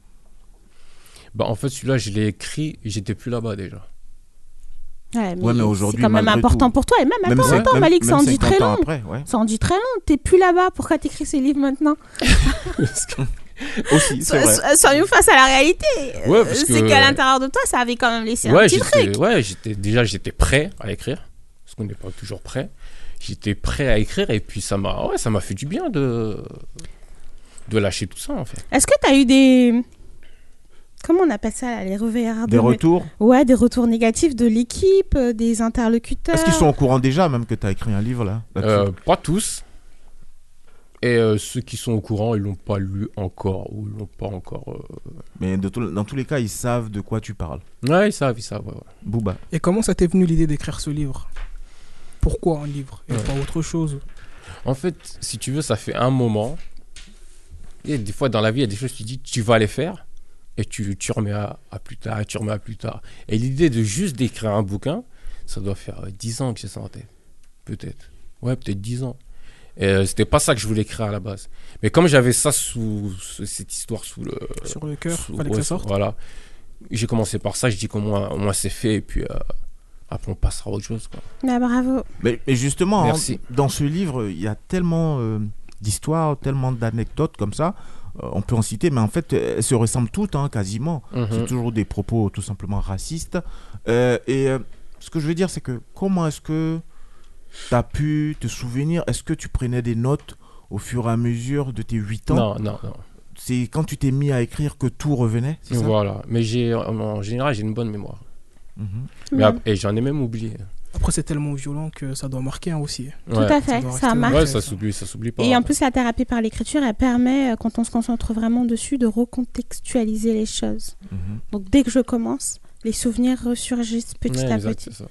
En fait, celui-là, je l'ai écrit, j'étais plus là-bas déjà. Ouais, mais aujourd'hui, c'est quand même important pour toi. Et même attends, Malik, ça en dit très long. Après, ça en dit très long. T'es plus là-bas. Pourquoi t'écris ces livres maintenant? Aussi, c'est vrai. Soyons face à la réalité. Ouais, c'est qu'à l'intérieur de toi, ça avait quand même laissé un petit truc. Ouais, j'étais prêt à écrire. Parce qu'on n'est pas toujours prêt. J'étais prêt à écrire et puis ça m'a fait du bien de lâcher tout ça, en fait. Est-ce que t'as eu des... Comment on appelle ça, là, les revers? Des retours? Ouais, des retours négatifs de l'équipe, des interlocuteurs. Est-ce qu'ils sont au courant déjà, même que tu as écrit un livre là Pas tous. Et ceux qui sont au courant, ils l'ont pas lu encore ou ils l'ont pas encore. Mais dans tous les cas, ils savent de quoi tu parles. Ouais, ils savent. Ouais. Booba. Et comment ça t'est venu l'idée d'écrire ce livre? Pourquoi un livre et pas autre chose? En fait, si tu veux, ça fait un moment. Et des fois, dans la vie, il y a des choses que tu dis, tu vas les faire. Et tu remets à plus tard, Et l'idée de juste d'écrire un bouquin, ça doit faire 10 ans que j'ai ça en tête. Peut-être 10 ans. Et c'était pas ça que je voulais écrire à la base. Mais comme j'avais ça cette histoire sur le cœur, fallait que ça sorte. Voilà. J'ai commencé par ça, je dis qu'au moins c'est fait, et puis après on passera à autre chose, quoi. Bravo. Mais justement, dans ce livre, il y a tellement d'histoires, tellement d'anecdotes comme ça. On peut en citer, mais en fait, elles se ressemblent toutes, quasiment. C'est toujours des propos tout simplement racistes. Ce que je veux dire, c'est que comment est-ce que tu as pu te souvenir? Est-ce que tu prenais des notes au fur et à mesure de tes 8 ans? Non. C'est quand tu t'es mis à écrire que tout revenait, c'est ça? Voilà. Mais en général, j'ai une bonne mémoire. Et j'en ai même oublié. Après, c'est tellement violent que ça doit marquer aussi. Tout à fait, ça marque. Ouais, ça s'oublie pas. Et en plus, la thérapie par l'écriture, elle permet, quand on se concentre vraiment dessus, de recontextualiser les choses. Donc, dès que je commence, les souvenirs ressurgissent petit à petit. C'est ça.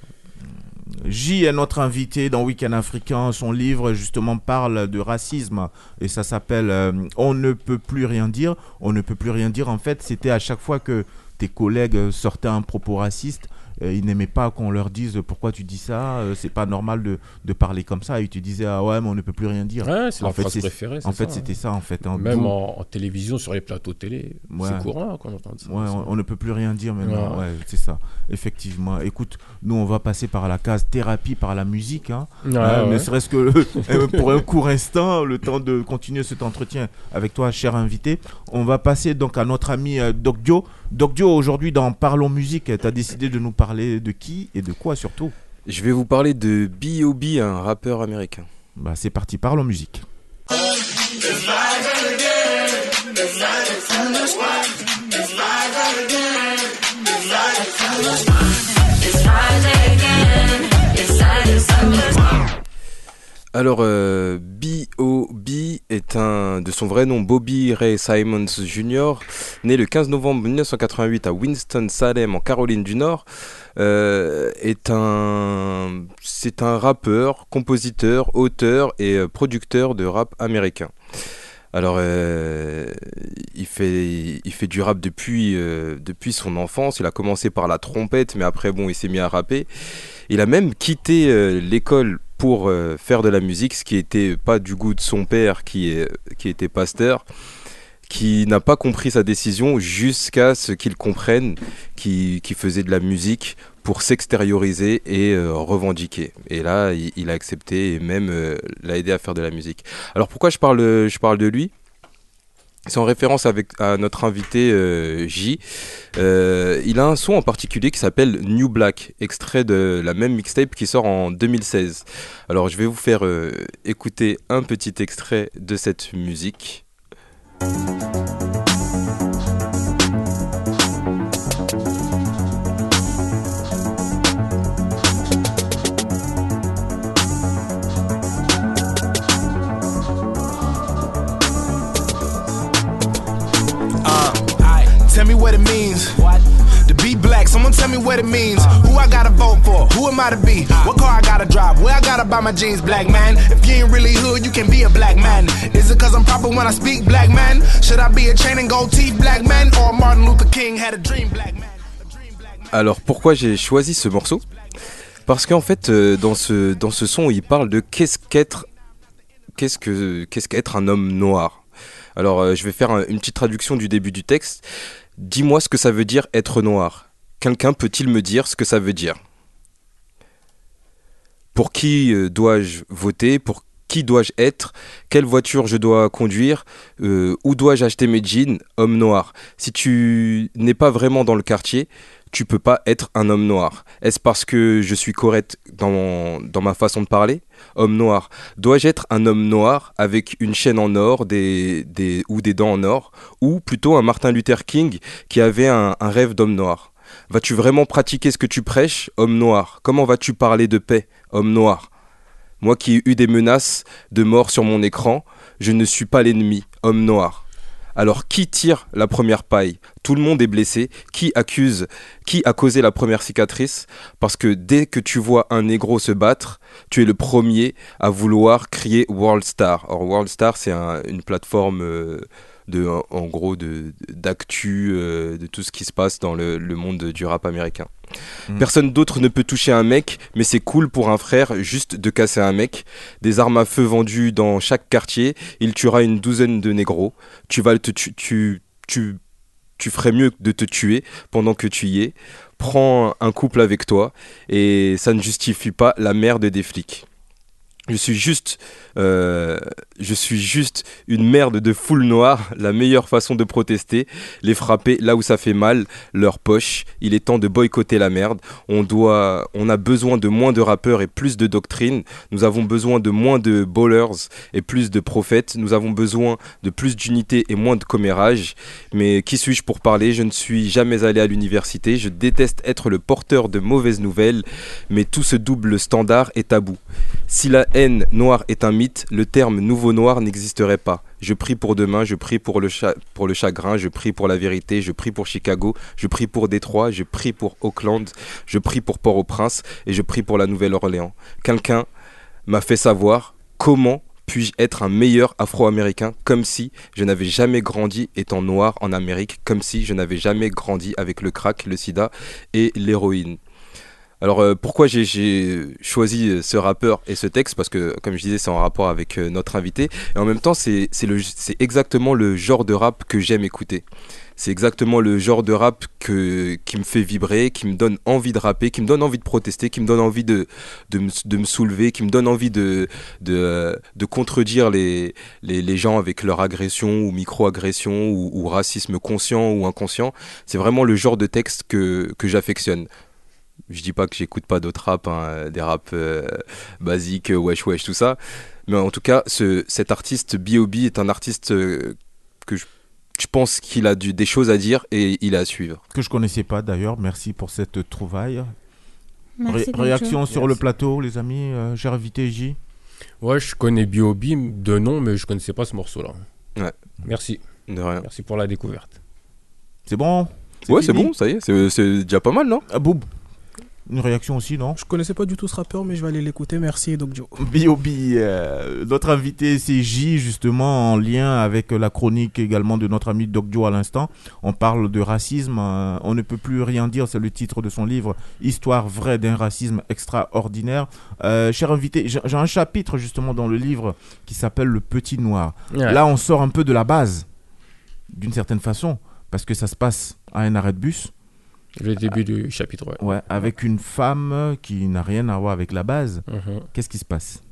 J est notre invité dans Week-end Africain. Son livre, justement, parle de racisme. Et ça s'appelle « On ne peut plus rien dire ». On ne peut plus rien dire, en fait, c'était à chaque fois que tes collègues sortaient un propos raciste, ils n'aimaient pas qu'on leur dise pourquoi tu dis ça, c'est pas normal de parler comme ça. Et ils te disaient ah ouais, mais on ne peut plus rien dire. Ouais, c'est En leur fait, phrase c'est- préférée. En fait, ça, c'était ça en fait. Hein. Même D'où- en télévision, sur les plateaux télé, Ouais. c'est courant qu'on entend ça. Ouais, on ne peut plus rien dire maintenant. Ouais. Ouais, c'est ça. Effectivement. Écoute, nous, on va passer par la case thérapie, par la musique. Hein. Ouais, Ne ouais. serait-ce que pour un court instant, le temps de continuer cet entretien avec toi, cher invité. On va passer donc à notre ami Doc Dio. Doc Dio, aujourd'hui, dans Parlons Musique, tu as décidé de nous parler de qui et de quoi surtout. Je vais vous parler de B.O.B, un rappeur américain. Bah, c'est parti, Parlons Musique. Alors, B.O.B est de son vrai nom Bobby Ray Simons Jr., né le 15 novembre 1988 à Winston-Salem en Caroline du Nord, c'est un rappeur, compositeur, auteur et producteur de rap américain. Alors, il fait du rap depuis son enfance. Il a commencé par la trompette, mais après, bon, il s'est mis à rapper. Il a même quitté l'école pour faire de la musique, ce qui n'était pas du goût de son père, qui était pasteur, qui n'a pas compris sa décision jusqu'à ce qu'il comprenne qu'il faisait de la musique pour s'extérioriser et revendiquer. Et là, il a accepté et même l'a aidé à faire de la musique. Alors pourquoi je parle de lui ? C'est en référence à notre invité J. Il a un son en particulier qui s'appelle New Black, extrait de la même mixtape qui sort en 2016. Alors je vais vous faire écouter un petit extrait de cette musique. Tell me what it means. To be black, someone tell me what it means. Who I gotta vote for? Who am I to be? What car I gotta drive? Where I gotta buy my jeans, black man? If you ain't really hood, you can be a black man. Is it cause I'm proper when I speak, black man? Should I be a chain and gold teeth, black man? Or Martin Luther King had a dream, black man? Alors pourquoi j'ai choisi ce morceau ? Parce qu'en fait, dans ce son, il parle de qu'est-ce qu'être un homme noir. Alors je vais faire une petite traduction du début du texte. Dis-moi ce que ça veut dire être noir. Quelqu'un peut-il me dire ce que ça veut dire ? Pour qui dois-je voter ? Pour qui dois-je être ? Quelle voiture je dois conduire ? Où dois-je acheter mes jeans ? Homme noir. Si tu n'es pas vraiment dans le quartier, tu peux pas être un homme noir. Est-ce parce que je suis correct dans ma façon de parler ? Homme noir. Dois-je être un homme noir avec une chaîne en or ou des dents en or ? Ou plutôt un Martin Luther King qui avait un rêve d'homme noir ? Vas-tu vraiment pratiquer ce que tu prêches ? Homme noir. Comment vas-tu parler de paix ? Homme noir. Moi qui ai eu des menaces de mort sur mon écran, je ne suis pas l'ennemi. Homme noir. Alors qui tire la première paille ? Tout le monde est blessé. Qui a causé la première cicatrice ? Parce que dès que tu vois un négro se battre, tu es le premier à vouloir crier World Star. Or World Star, c'est une plateforme d'actu, de tout ce qui se passe dans le monde du rap américain. Personne d'autre ne peut toucher un mec, mais c'est cool pour un frère juste de casser un mec. Des armes à feu vendues dans chaque quartier, il tuera une douzaine de négros. Tu ferais mieux de te tuer pendant que tu y es. Prends un couple avec toi et ça ne justifie pas la merde des flics. Je suis juste une merde de foule noire. La meilleure façon de protester, les frapper là où ça fait mal, leur poche. Il est temps de boycotter la merde. On a besoin de moins de rappeurs et plus de doctrine. Nous avons besoin de moins de ballers et plus de prophètes. Nous avons besoin de plus d'unité et moins de commérage. Mais qui suis-je pour parler ? Je ne suis jamais allé à l'université. Je déteste être le porteur de mauvaises nouvelles. Mais tout ce double standard est tabou. Si la haine noire est un mythe, le terme nouveau noir n'existerait pas. Je prie pour demain, je prie pour le chagrin, je prie pour la vérité, je prie pour Chicago, je prie pour Détroit, je prie pour Auckland, je prie pour Port-au-Prince et je prie pour la Nouvelle-Orléans. Quelqu'un m'a fait savoir comment puis-je être un meilleur Afro-Américain, comme si je n'avais jamais grandi étant noir en Amérique, comme si je n'avais jamais grandi avec le crack, le sida et l'héroïne. Alors pourquoi j'ai choisi ce rappeur et ce texte, parce que comme je disais c'est en rapport avec notre invité, et en même temps c'est exactement le genre de rap que j'aime écouter. C'est exactement le genre de rap qui me fait vibrer, qui me donne envie de rapper, qui me donne envie de protester, qui me donne envie de me soulever, qui me donne envie de contredire les gens avec leur agression ou micro-agression ou racisme conscient ou inconscient. C'est vraiment le genre de texte que j'affectionne. Je dis pas que j'écoute pas d'autres rap, hein, des rap basiques, wesh wesh, tout ça. Mais en tout cas, cet artiste B.O.B est un artiste que je pense qu'il a des choses à dire et il est à suivre. Que je connaissais pas d'ailleurs, merci pour cette trouvaille. Merci, Réaction sur le Merci. plateau, les amis, j'ai invité J. Ouais, je connais B.O.B de nom, mais je connaissais pas ce morceau-là. Ouais. Merci. De rien. Merci pour la découverte. C'est bon? Ouais, c'est fini bon, ça y est, c'est déjà pas mal, non? Ah, Boub, une réaction aussi, non? Je connaissais pas du tout ce rappeur, mais je vais aller l'écouter. Merci, Doc Joe. B.O.B, notre invité c'est J, justement en lien avec la chronique également de notre ami Doc Joe à l'instant. On parle de racisme, on ne peut plus rien dire, c'est le titre de son livre Histoire vraie d'un racisme extraordinaire. Cher invité, j'ai un chapitre justement dans le livre qui s'appelle Le Petit Noir. Ouais. Là on sort un peu de la base, d'une certaine façon, parce que ça se passe à un arrêt de bus. Le début du chapitre, ouais. Ouais, avec une femme qui n'a rien à voir avec la base. Mhm. Qu'est-ce qui se passe?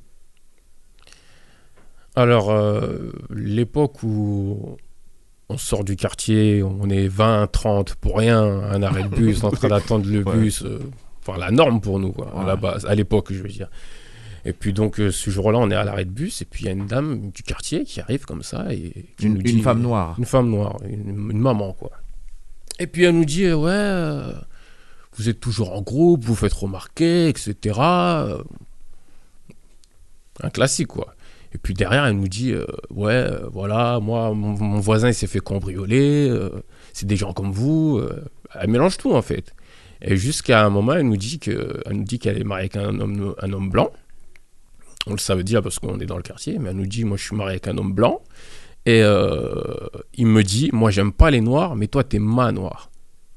Alors, l'époque où on sort du quartier, on est 20, 30 pour rien, un arrêt de bus, en train d'attendre le Ouais. bus, enfin la norme pour nous, quoi, à la Ouais. base, à l'époque, je veux dire. Et puis donc, ce jour-là, on est à l'arrêt de bus, et puis il y a une dame du quartier qui arrive comme ça, et qui nous dit... Une femme noire. Une femme noire, une maman, quoi. Et puis elle nous dit, vous êtes toujours en groupe, vous faites remarquer, etc. Un classique, quoi. Et puis derrière, elle nous dit, voilà, moi, mon voisin, il s'est fait cambrioler, c'est des gens comme vous. Elle mélange tout, en fait. Et jusqu'à un moment, elle nous dit qu'elle est mariée avec un homme blanc. On le savait déjà parce qu'on est dans le quartier, mais elle nous dit, moi, je suis mariée avec un homme blanc. Et il me dit, moi, j'aime pas les noirs, mais toi, t'es ma noire.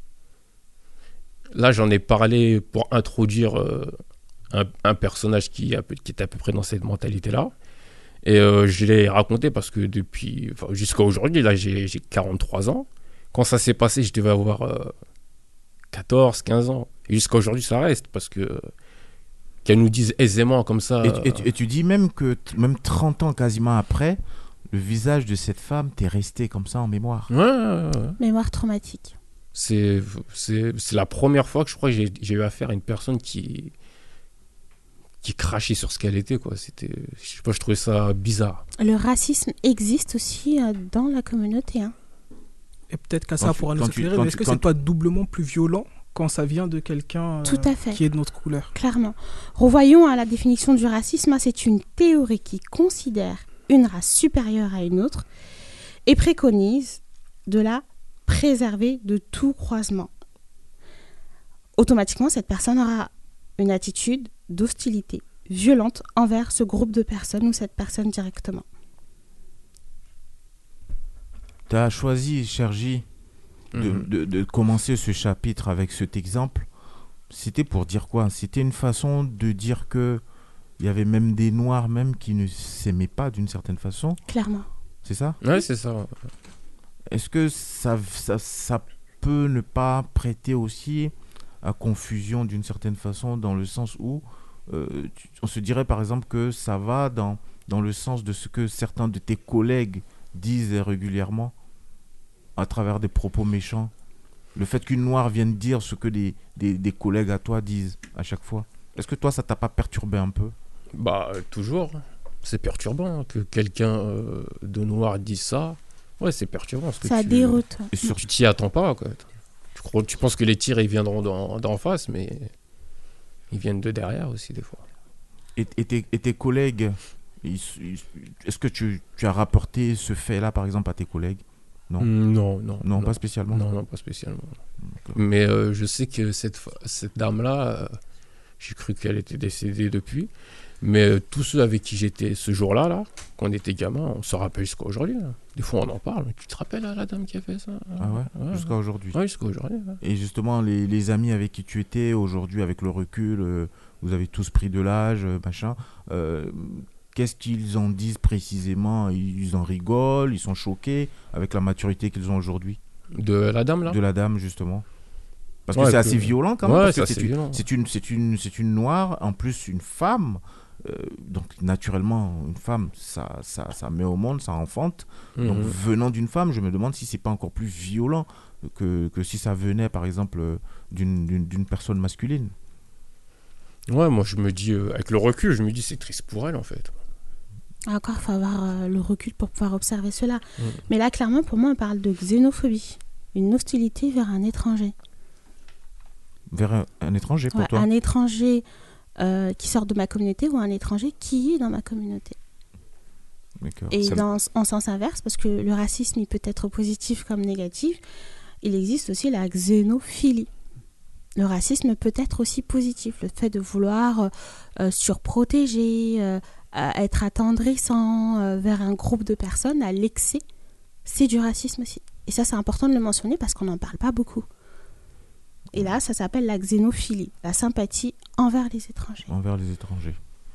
Là, j'en ai parlé pour introduire un personnage qui était à peu près dans cette mentalité-là. Et je l'ai raconté parce que jusqu'à aujourd'hui, là, j'ai 43 ans. Quand ça s'est passé, je devais avoir 14, 15 ans. Et jusqu'à aujourd'hui, ça reste parce que qu'elle nous dise aisément comme ça. Et tu dis même que même 30 ans quasiment après, le visage de cette femme t'est resté comme ça en mémoire. Ouais. Mémoire traumatique. C'est la première fois que je crois que j'ai eu affaire à une personne qui crachait sur ce qu'elle était, quoi. C'était, je sais pas, je trouvais ça bizarre. Le racisme existe aussi dans la communauté. Hein. Et peut-être qu'Assa pourra nous éclairer, mais est-ce que c'est pas doublement plus violent quand ça vient de quelqu'un Tout à fait. qui est de notre couleur? Clairement. Revoyons à la définition du racisme. C'est une théorie qui considère une race supérieure à une autre et préconise de la préserver de tout croisement. Automatiquement, cette personne aura une attitude d'hostilité violente envers ce groupe de personnes ou cette personne directement. Tu as choisi, cher J, de commencer ce chapitre avec cet exemple. C'était pour dire quoi? C'était une façon de dire que il y avait même des noirs même qui ne s'aimaient pas d'une certaine façon. Clairement. C'est ça? Ouais, c'est ça. Est-ce que ça peut ne pas prêter aussi à confusion d'une certaine façon, dans le sens où on se dirait par exemple que ça va dans le sens de ce que certains de tes collègues disent régulièrement à travers des propos méchants? Le fait qu'une noire vienne dire ce que des collègues à toi disent à chaque fois. Est-ce que toi, ça t'a pas perturbé un peu? Bah, toujours. C'est perturbant que quelqu'un de noir dise ça. Ouais, c'est perturbant. Parce que Ça déroute. Et sur- Tu t'y attends pas, quoi. Tu penses que les tirs, ils viendront d'en face, mais ils viennent de derrière aussi, des fois. Et tes collègues, est-ce que tu as rapporté ce fait-là, par exemple, à tes collègues? Non. Non, Pas spécialement. Non, pas spécialement. D'accord. Mais je sais que cette dame-là, j'ai cru qu'elle était décédée depuis. Mais tous ceux avec qui j'étais ce jour-là, là, quand on était gamin, on se rappelle jusqu'à aujourd'hui. Là. Des fois, on en parle. Mais tu te rappelles la dame qui a fait ça? Ah ouais, jusqu'à aujourd'hui. Ouais, jusqu'à aujourd'hui. Ouais. Et justement, les amis avec qui tu étais aujourd'hui, avec le recul, vous avez tous pris de l'âge, machin. Qu'est-ce qu'ils en disent précisément? Ils en rigolent, ils sont choqués avec la maturité qu'ils ont aujourd'hui? De la dame, là? De la dame, justement. Parce Ouais, que c'est assez violent quand même. Ouais, parce c'est que assez violent. c'est une noire, en plus une femme. Donc naturellement, une femme, ça met au monde, ça enfante. Donc venant d'une femme, je me demande si c'est pas encore plus violent que si ça venait par exemple d'une personne masculine. Ouais, moi je me dis, avec le recul, je me dis c'est triste pour elle en fait. Encore, il faut avoir le recul pour pouvoir observer cela. Mais là, clairement, pour moi, on parle de xénophobie. Une hostilité vers un étranger. Vers un étranger pour toi? Un étranger qui sort de ma communauté ou un étranger qui est dans ma communauté. D'accord. Et en sens inverse, parce que le racisme, il peut être positif comme négatif, il existe aussi la xénophilie. Le racisme peut être aussi positif. Le fait de vouloir surprotéger, être attendrissant vers un groupe de personnes à l'excès, c'est du racisme aussi. Et ça, c'est important de le mentionner parce qu'on n'en parle pas beaucoup. Et là, ça s'appelle la xénophilie, la sympathie envers les étrangers. Envers les étrangers.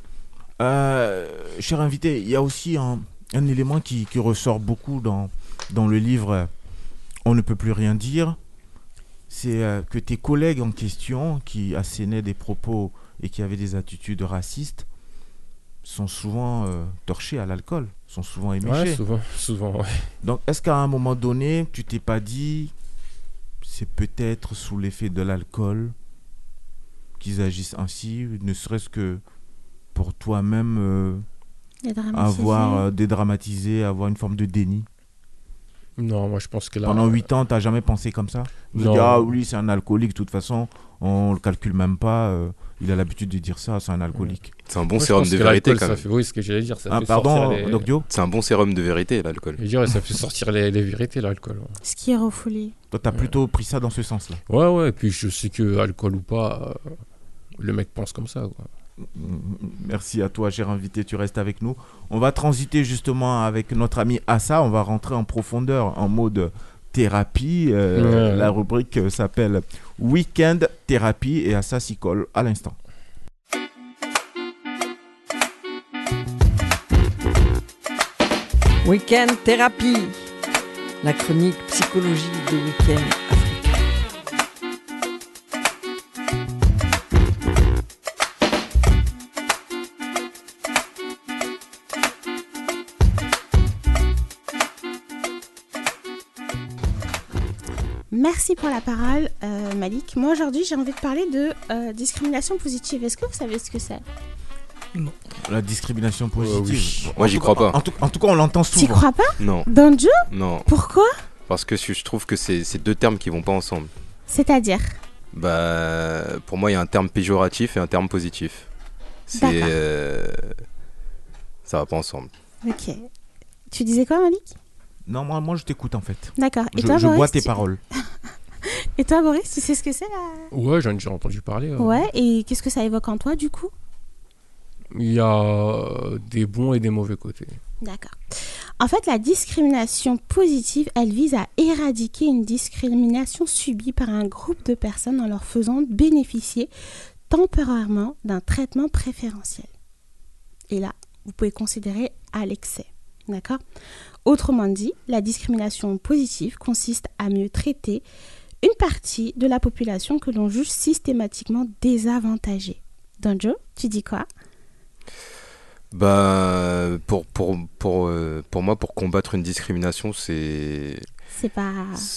Cher invité, il y a aussi un élément qui ressort beaucoup dans le livre On ne peut plus rien dire. C'est que tes collègues en question qui assénaient des propos et qui avaient des attitudes racistes sont souvent torchés à l'alcool, sont souvent éméchés. Ouais, souvent, ouais. Donc, est-ce qu'à un moment donné, tu t'es pas dit, c'est peut-être sous l'effet de l'alcool qu'ils agissent ainsi, ne serait-ce que pour toi-même avoir dédramatisé, avoir une forme de déni? Non, moi je pense que là... Pendant 8 ans, t'as jamais pensé comme ça? Vous Non. dites, ah oui, c'est un alcoolique, de toute façon, on le calcule même pas, il a l'habitude de dire ça, c'est un alcoolique. C'est un bon Moi, je sérum pense de que vérité l'alcool, quand même. ça fait... Oui, ce que j'allais dire, ça fait Pardon, sortir les... Doc Dio? C'est un bon sérum de vérité, l'alcool. Je veux dire, ça fait sortir les vérités, l'alcool. Ouais. Ce qui est refoulé. Toi, t'as plutôt pris ça dans ce sens-là? Ouais, et puis je sais que alcool ou pas, le mec pense comme ça, quoi. Merci à toi, cher invité, tu restes avec nous. On va transiter justement avec notre ami Assa, on va rentrer en profondeur en mode thérapie. La rubrique s'appelle Weekend Thérapie et Assa s'y colle à l'instant. Week-end Thérapie, la chronique psychologie de Week-end Africain. Merci pour la parole, Malik. Moi, aujourd'hui, j'ai envie de parler de discrimination positive. Est-ce que vous savez ce que c'est? Non. La discrimination positive. Oui. Moi, j'y crois pas. En tout cas, on l'entend Tu souvent. crois pas? Non. Danjo? Non. Pourquoi? Parce que je trouve que c'est deux termes qui vont pas ensemble. C'est-à-dire? Bah, pour moi, il y a un terme péjoratif et un terme positif. C'est ça va pas ensemble. Ok. Tu disais quoi, Malik? Non, moi je t'écoute en fait. D'accord. Et Je toi, Boris, bois tes paroles. Et toi, Boris, tu sais ce que c'est là? Ouais, j'en ai déjà entendu parler. Ouais, et qu'est-ce que ça évoque en toi, du coup? Il y a des bons et des mauvais côtés. D'accord. En fait, la discrimination positive, elle vise à éradiquer une discrimination subie par un groupe de personnes en leur faisant bénéficier temporairement d'un traitement préférentiel. Et là, vous pouvez considérer à l'excès. D'accord ? Autrement dit, la discrimination positive consiste à mieux traiter une partie de la population que l'on juge systématiquement désavantagée. Danjo, tu dis quoi ? Bah, pour moi, pour combattre une discrimination, c'est pas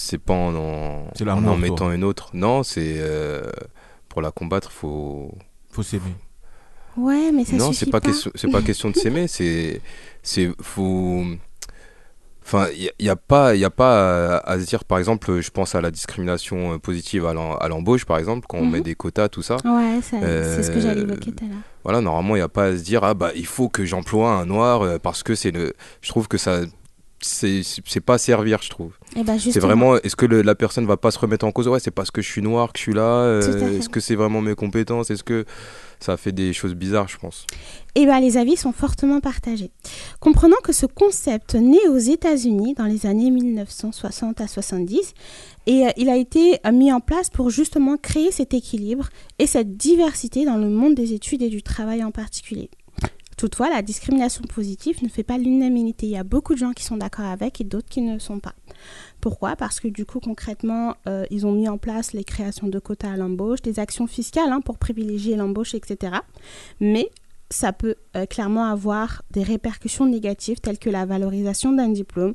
en mettant une autre. Non, c'est pour la combattre, faut s'aimer. Ouais, mais ça non, suffit pas. C'est pas question de s'aimer, faut. Enfin, il y a pas à se dire, par exemple, je pense à la discrimination positive à l'embauche, par exemple, quand on met des quotas, tout ça. Ouais, c'est ce que j'allais évoquer tout à l'heure. Voilà, normalement, il n'y a pas à se dire, il faut que j'emploie un noir parce que c'est le. Je trouve que ça c'est pas servir, je trouve. Et bah, C'est justement. vraiment, est-ce que la personne va pas se remettre en cause? Ouais, c'est parce que je suis noir que je suis là. Tout à fait. Est-ce que c'est vraiment mes compétences? Est-ce que ça fait des choses bizarres, je pense. Eh bien, les avis sont fortement partagés. Comprenant que ce concept naît aux États-Unis dans les années 1960 à 70, et il a été mis en place pour justement créer cet équilibre et cette diversité dans le monde des études et du travail en particulier. Toutefois, la discrimination positive ne fait pas l'unanimité. Il y a beaucoup de gens qui sont d'accord avec et d'autres qui ne sont pas. Pourquoi ? Parce que du coup, concrètement, ils ont mis en place les créations de quotas à l'embauche, des actions fiscales pour privilégier l'embauche, etc. Mais ça peut clairement avoir des répercussions négatives telles que la valorisation d'un diplôme,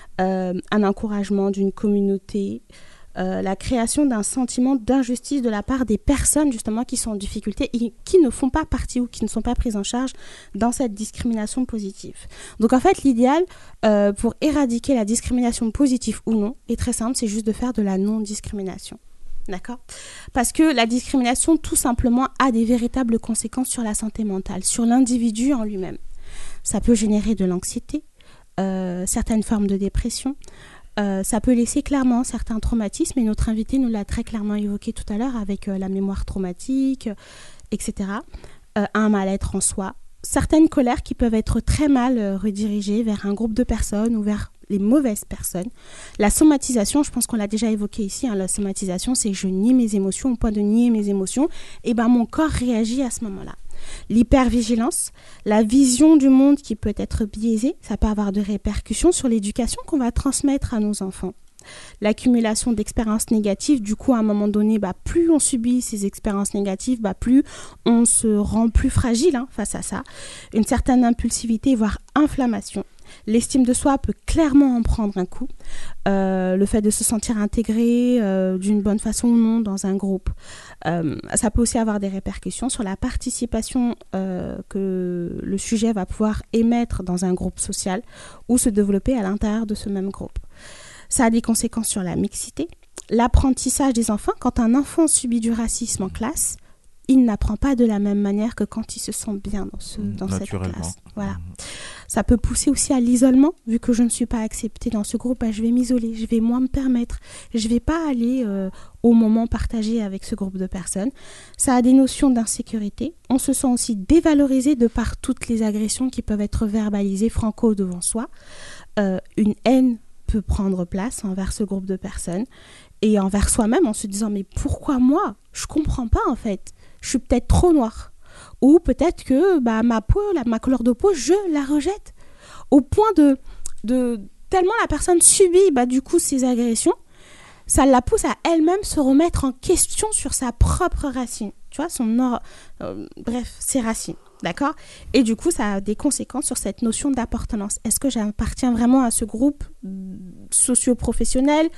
un encouragement d'une communauté, la création d'un sentiment d'injustice de la part des personnes justement qui sont en difficulté et qui ne font pas partie ou qui ne sont pas prises en charge dans cette discrimination positive. Donc en fait, l'idéal pour éradiquer la discrimination positive ou non est très simple, c'est juste de faire de la non-discrimination. D'accord ? Parce que la discrimination, tout simplement, a des véritables conséquences sur la santé mentale, sur l'individu en lui-même. Ça peut générer de l'anxiété, certaines formes de dépression. Ça peut laisser clairement certains traumatismes, et notre invité nous l'a très clairement évoqué tout à l'heure avec la mémoire traumatique, etc. Un mal-être en soi. Certaines colères qui peuvent être très mal redirigées vers un groupe de personnes ou vers les mauvaises personnes. La somatisation, je pense qu'on l'a déjà évoqué ici, la somatisation, c'est je nie mes émotions, au point de nier mes émotions, et ben mon corps réagit à ce moment-là. L'hypervigilance, la vision du monde qui peut être biaisée, ça peut avoir de répercussions sur l'éducation qu'on va transmettre à nos enfants. L'accumulation d'expériences négatives, du coup à un moment donné, plus on subit ces expériences négatives, plus on se rend plus fragile face à ça. Une certaine impulsivité, voire inflammation. L'estime de soi peut clairement en prendre un coup. Le fait de se sentir intégré d'une bonne façon ou non dans un groupe. Ça peut aussi avoir des répercussions sur la participation que le sujet va pouvoir émettre dans un groupe social ou se développer à l'intérieur de ce même groupe. Ça a des conséquences sur la mixité. L'apprentissage des enfants, quand un enfant subit du racisme en classe, il n'apprend pas de la même manière que quand il se sent bien dans cette classe. Voilà. Ça peut pousser aussi à l'isolement, vu que je ne suis pas acceptée dans ce groupe, je vais m'isoler, je vais moins me permettre, je ne vais pas aller au moment partagé avec ce groupe de personnes. Ça a des notions d'insécurité. On se sent aussi dévalorisé de par toutes les agressions qui peuvent être verbalisées franco devant soi. Une haine peut prendre place envers ce groupe de personnes et envers soi-même en se disant mais pourquoi moi ? Je comprends pas en fait. Je suis peut-être trop noire. Ou peut-être que ma peau, ma couleur de peau, je la rejette. Au point de tellement la personne subit du coup ces agressions, ça la pousse à elle-même se remettre en question sur sa propre racine. Tu vois, ses racines. D'accord ? Et du coup, ça a des conséquences sur cette notion d'appartenance. Est-ce que j'appartiens vraiment à ce groupe socio-professionnel ?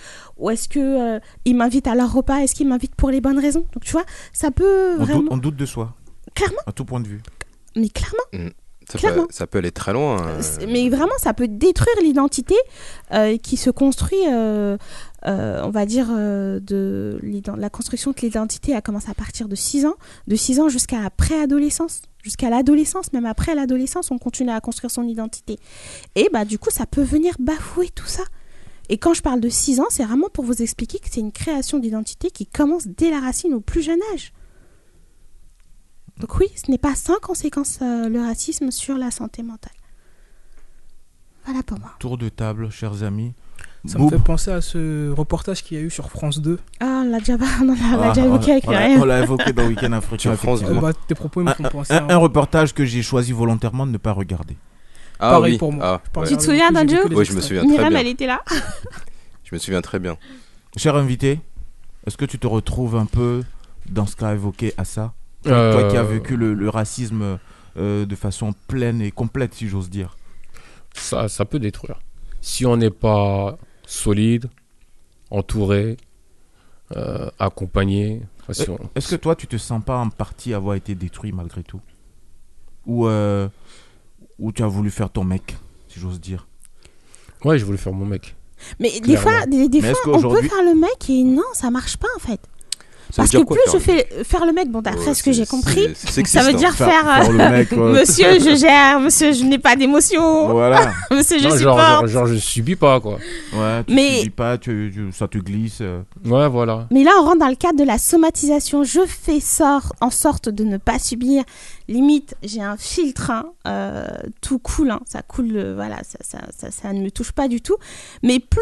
Ou est-ce qu'ils m'invitent à leur repas ? Est-ce qu'ils m'invitent pour les bonnes raisons ? Donc, tu vois, ça peut vraiment... On doute de soi. Clairement. À tout point de vue. Mais clairement. Ça peut aller très loin. Mais vraiment, ça peut détruire l'identité qui se construit, on va dire, la construction de l'identité a commencé à partir de 6 ans. De 6 ans jusqu'à la préadolescence, jusqu'à l'adolescence, même après l'adolescence, on continue à construire son identité. Et du coup, ça peut venir bafouer tout ça. Et quand je parle de 6 ans, c'est vraiment pour vous expliquer que c'est une création d'identité qui commence dès la racine au plus jeune âge. Donc oui, ce n'est pas sans conséquence le racisme sur la santé mentale. Voilà pour moi. Tour de table, chers amis. Ça me fait penser à ce reportage qu'il y a eu sur France 2. Ah, on l'a déjà évoqué avec Myriam. On l'a évoqué dans Week-end Africain. Tes propos me font penser un reportage que j'ai choisi volontairement de ne pas regarder. Ah pareil oui. pour moi. Tu te souviens d'Anjo ? Oui, je me souviens très bien. Myriam, elle était là. Je me souviens très bien. Cher invité, est-ce que tu te retrouves un peu dans ce qu'a évoqué Assa ? Toi qui as vécu le racisme de façon pleine et complète, si j'ose dire. Ça peut détruire. Si on n'est pas solide, entouré, accompagné. Est-ce que toi, tu te sens pas en partie avoir été détruit malgré tout ? Ou tu as voulu faire ton mec, si j'ose dire ? Ouais, j'ai voulu faire mon mec. Mais des fois, on peut faire le mec et non, ça marche pas en fait. Ça veut Parce dire que quoi, plus faire le mec, bon, d'après ce que j'ai compris, ça veut dire faire le mec, monsieur, je gère, monsieur, je n'ai pas d'émotion. Voilà. Monsieur, je Non, supporte. genre, je subis pas, quoi. Ouais, tu Mais- subis pas, ça te glisse. Ouais, voilà. Mais là, on rentre dans le cadre de la somatisation. Je fais en sorte de ne pas subir. Limite, j'ai un filtre, tout cool, ça coule, voilà, ça ne me touche pas du tout. Mais plus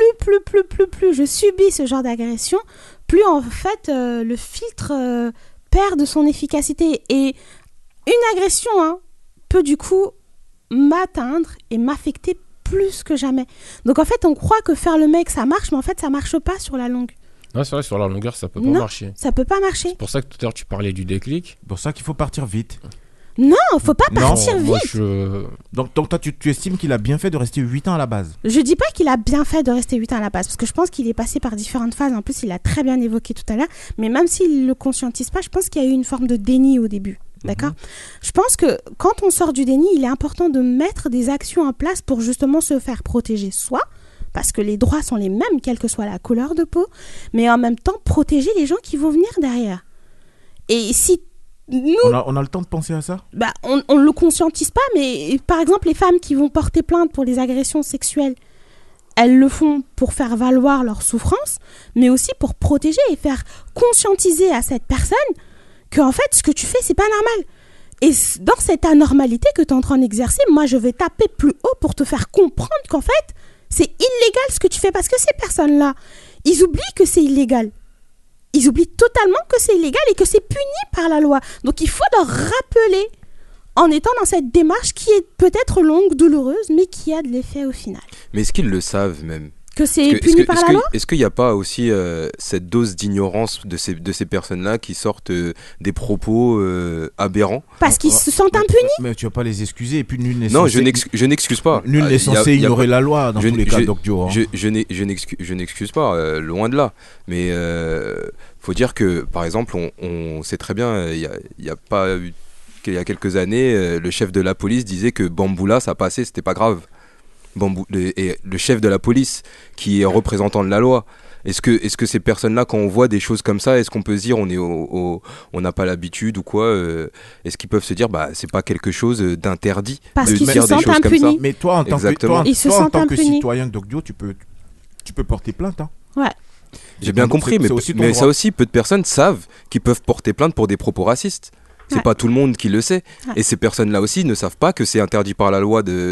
je subis ce genre d'agression, plus en fait le filtre perd de son efficacité. Et une agression peut du coup m'atteindre et m'affecter plus que jamais. Donc en fait, on croit que faire le mec, ça marche, mais en fait, ça marche pas sur la longue. Ouais, c'est vrai, sur la longueur, ça peut pas Non. marcher. Ça peut pas marcher. C'est pour ça que tout à l'heure, tu parlais du déclic. C'est pour ça qu'il faut partir vite. Non, faut pas Non, partir vite. Moi, Donc toi, tu estimes qu'il a bien fait de rester 8 ans à la base? Je dis pas qu'il a bien fait de rester 8 ans à la base, parce que je pense qu'il est passé par différentes phases. En plus, il a très bien évoqué tout à l'heure. Mais même s'il le conscientise pas, je pense qu'il y a eu une forme de déni au début. D'accord ? Je pense que quand on sort du déni, il est important de mettre des actions en place pour justement se faire protéger. Soit parce que les droits sont les mêmes, quelle que soit la couleur de peau, mais en même temps, protéger les gens qui vont venir derrière. Et si nous, On a le temps de penser à ça? on ne le conscientise pas, mais par exemple, les femmes qui vont porter plainte pour les agressions sexuelles, elles le font pour faire valoir leur souffrance, mais aussi pour protéger et faire conscientiser à cette personne qu'en fait, ce que tu fais, c'est pas normal. Et dans cette anormalité que tu es en train d'exercer, moi, je vais taper plus haut pour te faire comprendre qu'en fait, c'est illégal ce que tu fais, parce que ces personnes-là, ils oublient que c'est illégal. Ils oublient totalement que c'est illégal et que c'est puni par la loi. Donc il faut leur rappeler, en étant dans cette démarche qui est peut-être longue, douloureuse, mais qui a de l'effet au final. Mais est-ce qu'ils le savent même? Que c'est puni par la loi? Est-ce qu'il n'y a pas aussi cette dose d'ignorance de ces personnes-là qui sortent des propos aberrants? Parce qu'ils se sentent impunis. Mais tu vas pas les excuser, et puis nul n'est Non, censé... je n'excuse pas. Nul n'est censé ignorer la loi dans tous les cas, Docdio. Je n'excuse pas, loin de là. Mais faut dire que, par exemple, on sait très bien, il y a pas eu... Il y a quelques années, le chef de la police disait que Bamboula, ça passait, c'était pas grave. Et le chef de la police, qui est représentant de la loi, est-ce que ces personnes-là, quand on voit des choses comme ça, est-ce qu'on peut se dire on n'a pas l'habitude ou quoi est-ce qu'ils peuvent se dire c'est pas quelque chose d'interdit parce de qu'ils dire se des sentent choses impunis. comme ça? Mais toi, en tant que citoyen Docdio, tu peux porter plainte. Ouais. J'ai bien compris, mais ça aussi, peu de personnes savent qu'ils peuvent porter plainte pour des propos racistes. C'est pas tout le monde qui le sait. Et ces personnes-là aussi ne savent pas que c'est interdit par la loi de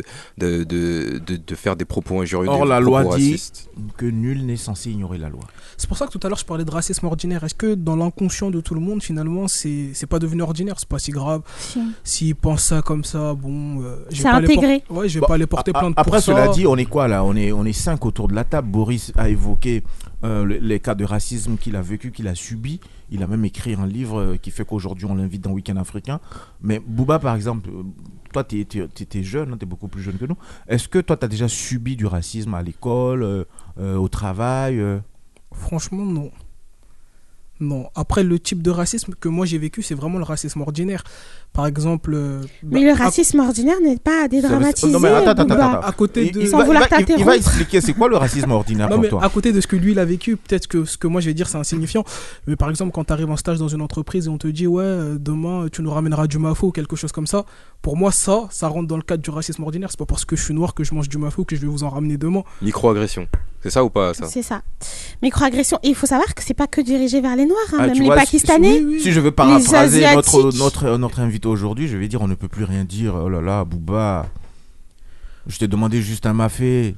faire des propos injurieux. Or, la loi racistes. dit que nul n'est censé ignorer la loi. C'est pour ça que tout à l'heure je parlais de racisme ordinaire. Est-ce que dans l'inconscient de tout le monde, finalement, c'est pas devenu ordinaire? C'est pas si grave. S'ils pensent ça comme ça, je vais intégré. Je vais pas les porter plainte après, pour ça. cela dit, on est quoi là? On est 5 autour de la table. Boris a évoqué les cas de racisme qu'il a vécu, qu'il a subi. Il a même écrit un livre qui fait qu'aujourd'hui on l'invite dans Week-end Africain. Mais Booba, par exemple, toi tu étais jeune, tu es beaucoup plus jeune que nous. Est-ce que toi tu as déjà subi du racisme à l'école, au travail Franchement, non. Non. Après, le type de racisme que moi j'ai vécu, c'est vraiment le racisme ordinaire. Par exemple... mais le racisme ordinaire n'est pas à dédramatiser. Non, mais attends. À côté de... Sans vouloir t'interrompre. Il va expliquer c'est quoi le racisme ordinaire pour toi. À côté de ce que lui il a vécu, peut-être que ce que moi je vais dire c'est insignifiant. Mais par exemple, quand tu arrives en stage dans une entreprise et on te dit demain tu nous ramèneras du mafo ou quelque chose comme ça, pour moi ça rentre dans le cadre du racisme ordinaire. C'est pas parce que je suis noir que je mange du mafo que je vais vous en ramener demain. Microagression. C'est ça ou pas ça? C'est ça. Microagression. Et il faut savoir que c'est pas que dirigé vers les Noirs, même les Pakistanais. Si je veux paraphraser notre invité aujourd'hui, je vais dire on ne peut plus rien dire. Oh là là, Booba, je t'ai demandé juste un mafé.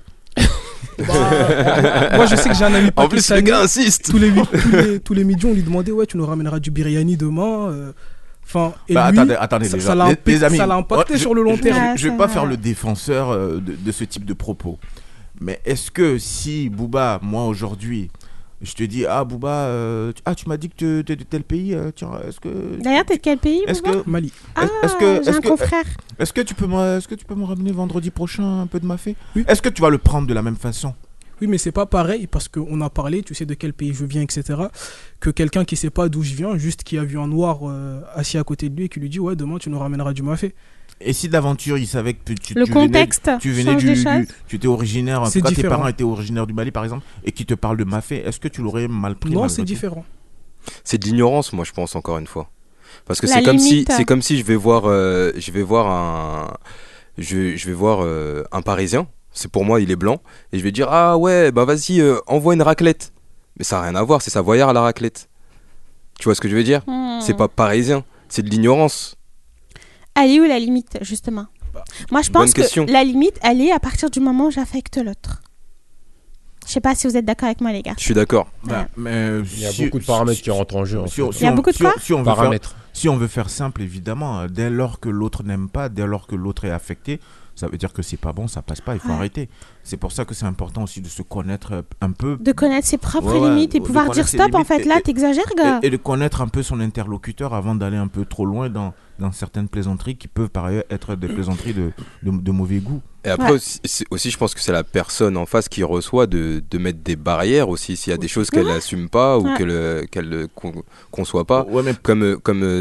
Moi je sais que j'ai un ami pakistanais. En plus le gars insiste. Tous les midis on lui demandait tu nous ramèneras du biryani demain. Enfin, attendez ça l'a impacté sur le long terme. Je vais pas faire le défenseur de ce type de propos. Mais est-ce que si Booba, moi aujourd'hui, je te dis Booba, tu m'as dit que tu es de tel pays, tiens, est-ce que... D'ailleurs, t'es de quel pays, Booba? Mali. J'ai un confrère. Est-ce que tu peux me ramener vendredi prochain un peu de mafé? Oui. Est-ce que tu vas le prendre de la même façon? Oui, mais c'est pas pareil parce qu'on a parlé, tu sais de quel pays je viens, etc. Que quelqu'un qui sait pas d'où je viens, juste qui a vu un noir assis à côté de lui et qui lui dit demain tu nous ramèneras du mafé. Et si d'aventure il savait que tu étais originaire, en tout cas tes parents étaient originaires du Mali par exemple, et qui te parlent de mafé, est-ce que tu l'aurais mal pris? Non, c'est différent. C'est de l'ignorance, moi, je pense, encore une fois. Parce que La c'est comme limite. si je vais voir un Parisien. C'est pour moi, il est blanc. Et je vais dire, ah ouais, bah vas-y, envoie une raclette. Mais ça n'a rien à voir, c'est savoyard la raclette. Tu vois ce que je veux dire? C'est pas parisien, c'est de l'ignorance. Elle est où la limite, justement? Moi, je Bonne pense question. que la limite, elle est à partir du moment où j'affecte l'autre. Je sais pas si vous êtes d'accord avec moi, les gars. Je suis d'accord. Mais Il y a beaucoup de paramètres qui rentrent en jeu. en fait. Il y a beaucoup de quoi? Si on veut faire simple, évidemment, dès lors que l'autre n'aime pas, dès lors que l'autre est affecté, ça veut dire que c'est pas bon, ça passe pas, il faut arrêter. C'est pour ça que c'est important aussi de se connaître un peu. De connaître ses propres Ouais, limites et de pouvoir dire connaître ses stop, en limites fait, là, t'exagères, gars. Et de connaître un peu son interlocuteur avant d'aller un peu trop loin dans certaines plaisanteries qui peuvent par ailleurs être des plaisanteries de mauvais goût. Et après aussi, je pense que c'est la personne en face qui reçoit de mettre des barrières aussi, s'il y a des choses qu'elle n'assume pas ou qu'elle ne conçoit pas, comme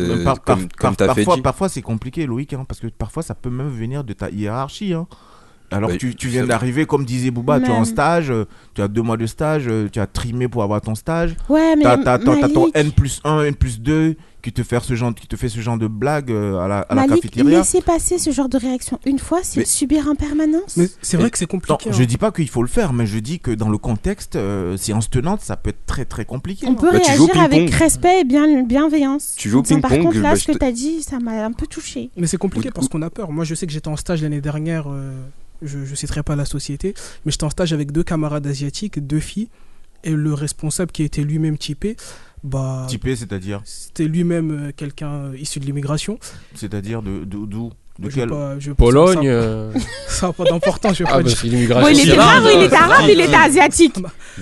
t'as fait dit. Parfois c'est compliqué, Loïc, hein, parce que parfois ça peut même venir de ta hiérarchie. Hein. Alors tu viens d'arriver, comme disait Booba, tu es en stage, tu as 2 mois de stage, tu as trimé pour avoir ton stage. Ouais, mais t'as ton N+1, N+2 qui te fait ce genre de blague à la cafétéria. Laissez passer ce genre de réaction une fois, c'est le subir en permanence. Mais c'est vrai que c'est compliqué. Non, je dis pas qu'il faut le faire, mais je dis que dans le contexte, séance tenante, ça peut être très très compliqué. On peut réagir avec respect et bienveillance. Tu joues au ping-pong. Par contre, là, ce que tu t'as dit, ça m'a un peu touché. Mais c'est compliqué parce qu'on a peur. Moi, je sais que j'étais en stage l'année dernière. Je citerai pas la société, mais j'étais en stage avec 2 camarades asiatiques, 2 filles, et le responsable qui était lui-même typé, typé, c'est-à-dire c'était lui-même quelqu'un issu de l'immigration. C'est-à-dire d'où? De quel Pologne. Ça n'a pas d'importance, je vais pas dire. Bon, il était arabe, il était arabe, il était asiatique.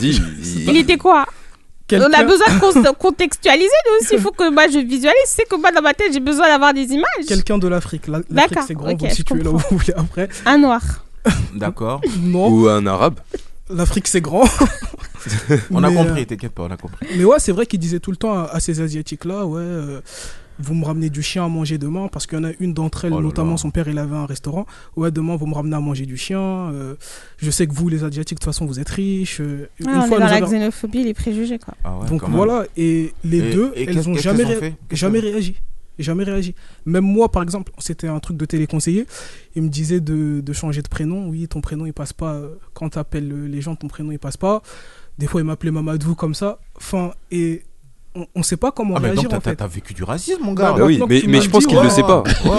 Il était quoi? On a besoin de contextualiser, nous aussi. Il faut que moi je visualise. C'est que moi dans ma tête, j'ai besoin d'avoir des images. Quelqu'un de l'Afrique. L'Afrique, c'est grand, vous situez là où vous voulez après. Un noir. D'accord. Non. Ou un arabe. L'Afrique, c'est grand. On a compris, t'inquiète pas, on a compris. Mais ouais, c'est vrai qu'il disait tout le temps à ces Asiatiques-là, vous me ramenez du chien à manger demain, parce qu'il y en a une d'entre elles, notamment son père, il avait un restaurant. Ouais, demain, vous me ramenez à manger du chien. Je sais que vous, les Asiatiques, de toute façon, vous êtes riches. On est dans la xénophobie, les préjugés, quoi. Ah ouais, donc voilà, et les deux, elles n'ont jamais réagi. Jamais réagi. Même moi, par exemple, c'était un truc de téléconseiller. Il me disait de changer de prénom. Oui, ton prénom, il passe pas. Quand tu appelles les gens, ton prénom, il passe pas. Des fois, il m'appelait Mamadou comme ça. Enfin, et on ne sait pas comment réagir, donc en fait. T'as vécu du racisme, mon gars. Oui, mais je pense qu'il ne le sait pas.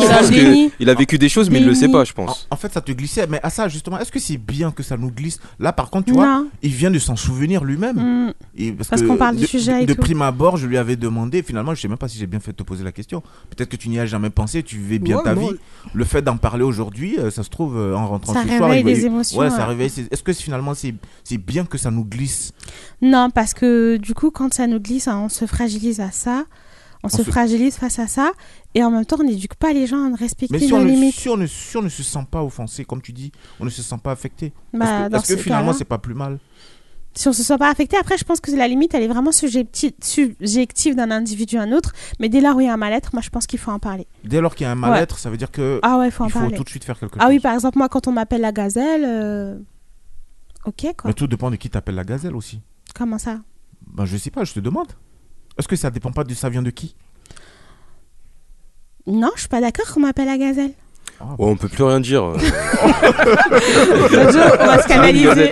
Il a vécu des choses, mais il ne le sait pas, je pense. En fait, ça te glissait. Mais à ça, justement, est-ce que c'est bien que ça nous glisse? Là, par contre, tu vois, il vient de s'en souvenir lui-même. Parce qu'on parle du sujet. De prime abord, je lui avais demandé. Finalement, je ne sais même pas si j'ai bien fait de te poser la question. Peut-être que tu n'y as jamais pensé, tu vivais bien ta vie. Le fait d'en parler aujourd'hui, ça se trouve, en rentrant ce soir. Ça réveille des émotions. Ouais, ça réveille. Est-ce que finalement, c'est bien que ça nous glisse? Non, parce que du coup, quand ça nous glisse, on se fragilise à ça. On se fragilise face à ça. Et en même temps, on n'éduque pas les gens à respecter nos limites. Si on ne se sent pas offensé, comme tu dis, on ne se sent pas affecté. Est-ce que finalement, c'est pas plus mal? Si on ne se sent pas affecté, après, je pense que la limite, elle est vraiment subjective d'un individu à un autre. Mais dès lors où il y a un mal-être, moi, je pense qu'il faut en parler. Dès lors qu'il y a un mal-être, ça veut dire que il faut tout de suite faire quelque chose. Ah oui, par exemple, moi, quand on m'appelle la gazelle, ok, quoi. Mais tout dépend de qui t'appelle la gazelle aussi. Comment ça? Je sais pas, je te demande. Est-ce que ça dépend pas de ça vient de qui? Non, je suis pas d'accord qu'on m'appelle la gazelle. On peut plus rien dire. On va se canaliser.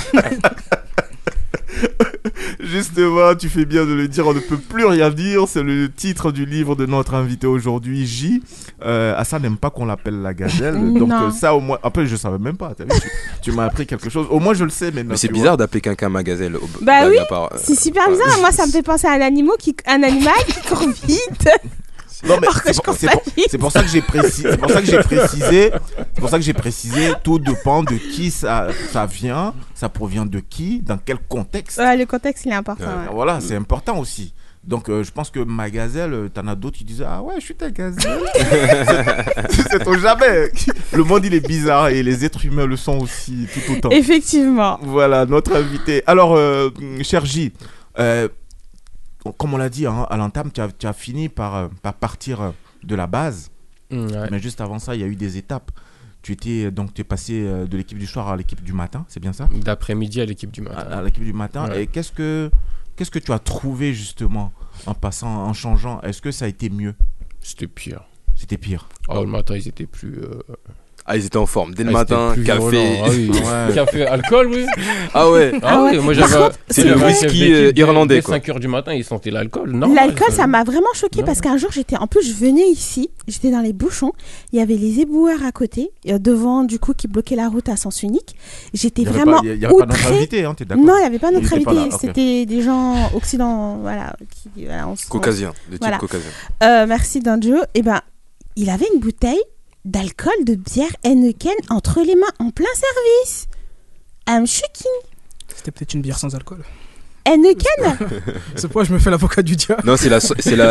Justement, tu fais bien de le dire, on ne peut plus rien dire. C'est le titre du livre de notre invité aujourd'hui, J. Assa n'aime pas qu'on l'appelle la gazelle. Donc ça au moins, après je savais même pas. Tu m'as appris quelque chose. Au moins je le sais maintenant. Mais c'est bizarre d'appeler quelqu'un ma gazelle. Oui, c'est super bizarre. Moi ça me fait penser à un animal qui court vite. Non mais c'est pour ça que j'ai précisé. C'est pour ça que j'ai précisé. Tout dépend de qui ça vient, ça provient de qui, dans quel contexte. Le contexte il est important. Voilà, c'est important aussi. Donc je pense que ma gazelle, t'en as d'autres qui disent ah ouais je suis ta gazelle. C'est ton jamais. Le monde il est bizarre et les êtres humains le sont aussi tout autant. Effectivement. Voilà notre invité. Alors cher J. Comme on l'a dit à l'entame, tu as fini par partir de la base. Mais juste avant ça, il y a eu des étapes. Tu es passé de l'équipe du soir à l'équipe du matin, c'est bien ça? D'après-midi à l'équipe du matin. À l'équipe du matin. Ouais. Et qu'est-ce que tu as trouvé justement en passant, en changeant, est-ce que ça a été mieux? C'était pire. C'était pire. Le matin, ils étaient plus. Ils étaient en forme. Dès le matin, café. Ah oui. Ouais. Café, alcool, oui. Ah ouais. Ah oui, moi j'avais. C'est le whisky irlandais, Dès quoi. 5h du matin, ils sentaient l'alcool. L'alcool, ça m'a vraiment choqué parce qu'un jour, je venais ici, j'étais dans les bouchons, il y avait les éboueurs à côté, devant, du coup, qui bloquaient la route à sens unique. J'étais vraiment Il n'y avait pas notre invité, hein, t'es d'accord? Non, il n'y avait pas notre Il était pas invité, là, ok. c'était des gens occidentaux, voilà. Caucasien, de type Voilà. caucasien. Merci Danjo. Eh ben, il avait une bouteille d'alcool de bière Heineken entre les mains en plein service. I'm shocking. C'était peut-être une bière sans alcool. Heineken. C'est pourquoi je me fais l'avocat du diable. Non, c'est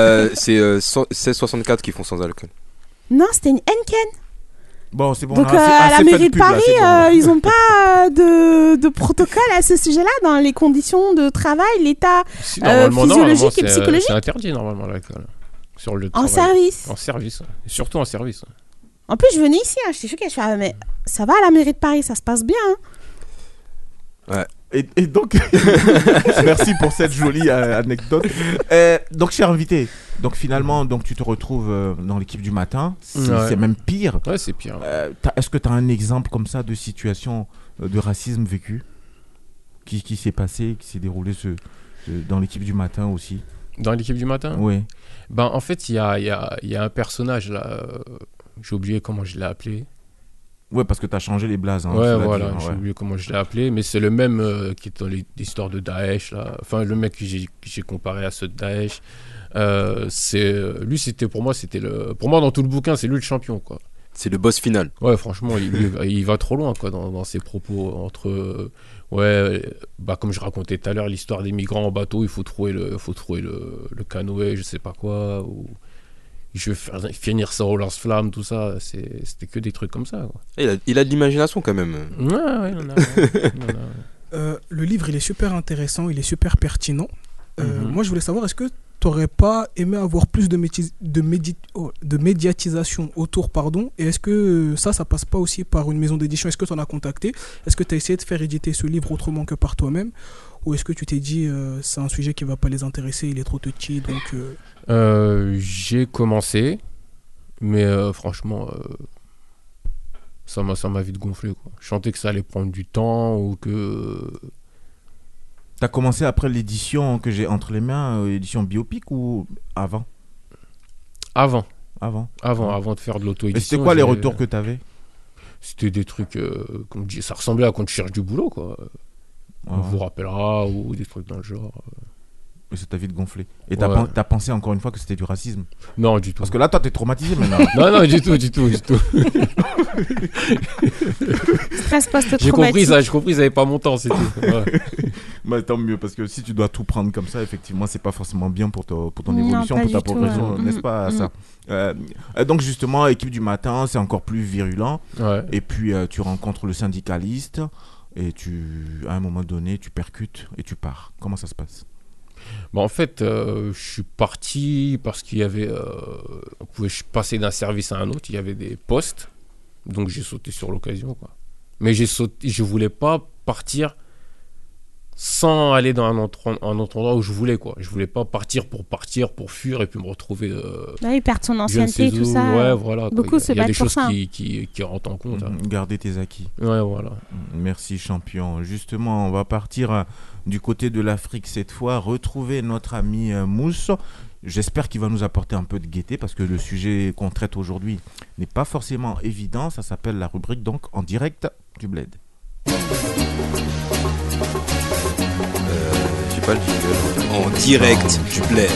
1664 qui font sans alcool. Non, c'était une Heineken. Bon, c'est bon. Donc à la mairie de Paris, ils n'ont pas de protocole à ce sujet-là dans les conditions de travail, l'état physiologique et psychologique. C'est interdit normalement l'alcool sur le en travail. service. En service, surtout en service. En plus, je venais ici, j'étais choquée. Je fais, mais ça va à la mairie de Paris, ça se passe bien. Ouais. Et donc, merci pour cette jolie anecdote. Donc, cher invité, donc finalement, donc tu te retrouves dans l'équipe du matin. C'est même pire. Ouais, c'est pire. Est-ce que tu as un exemple comme ça de situation de racisme vécu qui s'est passé, qui s'est déroulé dans l'équipe du matin aussi? Dans l'équipe du matin? Oui. Ben, en fait, il y a un personnage là. J'ai oublié comment je l'ai appelé. Ouais, parce que tu as changé les blazes. Hein, ouais, voilà, j'ai oublié comment je l'ai appelé, mais c'est le même qui est dans les histoires de Daesh, là. Enfin, le mec que j'ai comparé à ceux de Daesh. Lui, pour moi, dans tout le bouquin, c'est lui le champion, quoi. C'est le boss final. Ouais, franchement, il va trop loin, quoi, dans ses propos. Comme je racontais tout à l'heure, l'histoire des migrants en bateau, il faut trouver le canoë, je sais pas quoi, ou je vais finir ça au lance-flamme, tout ça. C'était que des trucs comme ça, quoi. Il a de l'imagination quand même. Ouais, il en a. Le livre, il est super intéressant, il est super pertinent. Moi, je voulais savoir, est-ce que tu n'aurais pas aimé avoir plus de médiatisation autour, et est-ce que ça passe pas aussi par une maison d'édition? Est-ce que tu en as contacté? Est-ce que tu as essayé de faire éditer ce livre autrement que par toi-même? Ou est-ce que tu t'es dit, c'est un sujet qui va pas les intéresser, il est trop petit, donc... J'ai commencé, mais franchement, ça m'a vite gonflé, quoi. Je sentais que ça allait prendre du temps ou que... T'as commencé après l'édition que j'ai entre les mains, édition biopic ou avant? Avant de faire de l'auto-édition. Et c'était quoi les retours que t'avais? C'était des trucs, ça ressemblait à quand tu cherches du boulot, quoi. On vous rappellera ou des trucs dans le genre. Mais ça t'a vite gonflé. Et t'as pensé encore une fois que c'était du racisme? Non, du tout. Parce que là, toi, t'es traumatisé maintenant. non, du tout. Stress post-traumatique. J'ai compris, ça n'avait pas mon temps, c'est tout. Ouais. Bah, tant mieux, parce que si tu dois tout prendre comme ça, effectivement, c'est pas forcément bien pour ton Non, évolution, pour ta progression, tout, n'est-ce pas, ça? Donc, justement, équipe du matin, c'est encore plus virulent. Ouais. Et puis, tu rencontres le syndicaliste, et à un moment donné, tu percutes et tu pars. Comment ça se passe? Bon, en fait, je suis parti parce qu'il y avait... on pouvait passer d'un service à un autre, il y avait des postes. Donc j'ai sauté sur l'occasion, quoi. Mais je voulais pas partir sans aller dans un autre endroit où je voulais, quoi. Je voulais pas partir pour fuir et puis me retrouver... il perd son ancienneté, tout ça. Ouais, voilà. Beaucoup se battent pour ça. Il y a des choses qui rentrent en compte. Garder tes acquis. Ouais, voilà. Merci, champion. Justement, on va partir du côté de l'Afrique cette fois, retrouver notre ami Mousse. J'espère qu'il va nous apporter un peu de gaieté parce que le sujet qu'on traite aujourd'hui n'est pas forcément évident. Ça s'appelle la rubrique donc en direct du Bled. J'ai pas le jingle. En direct du Bled.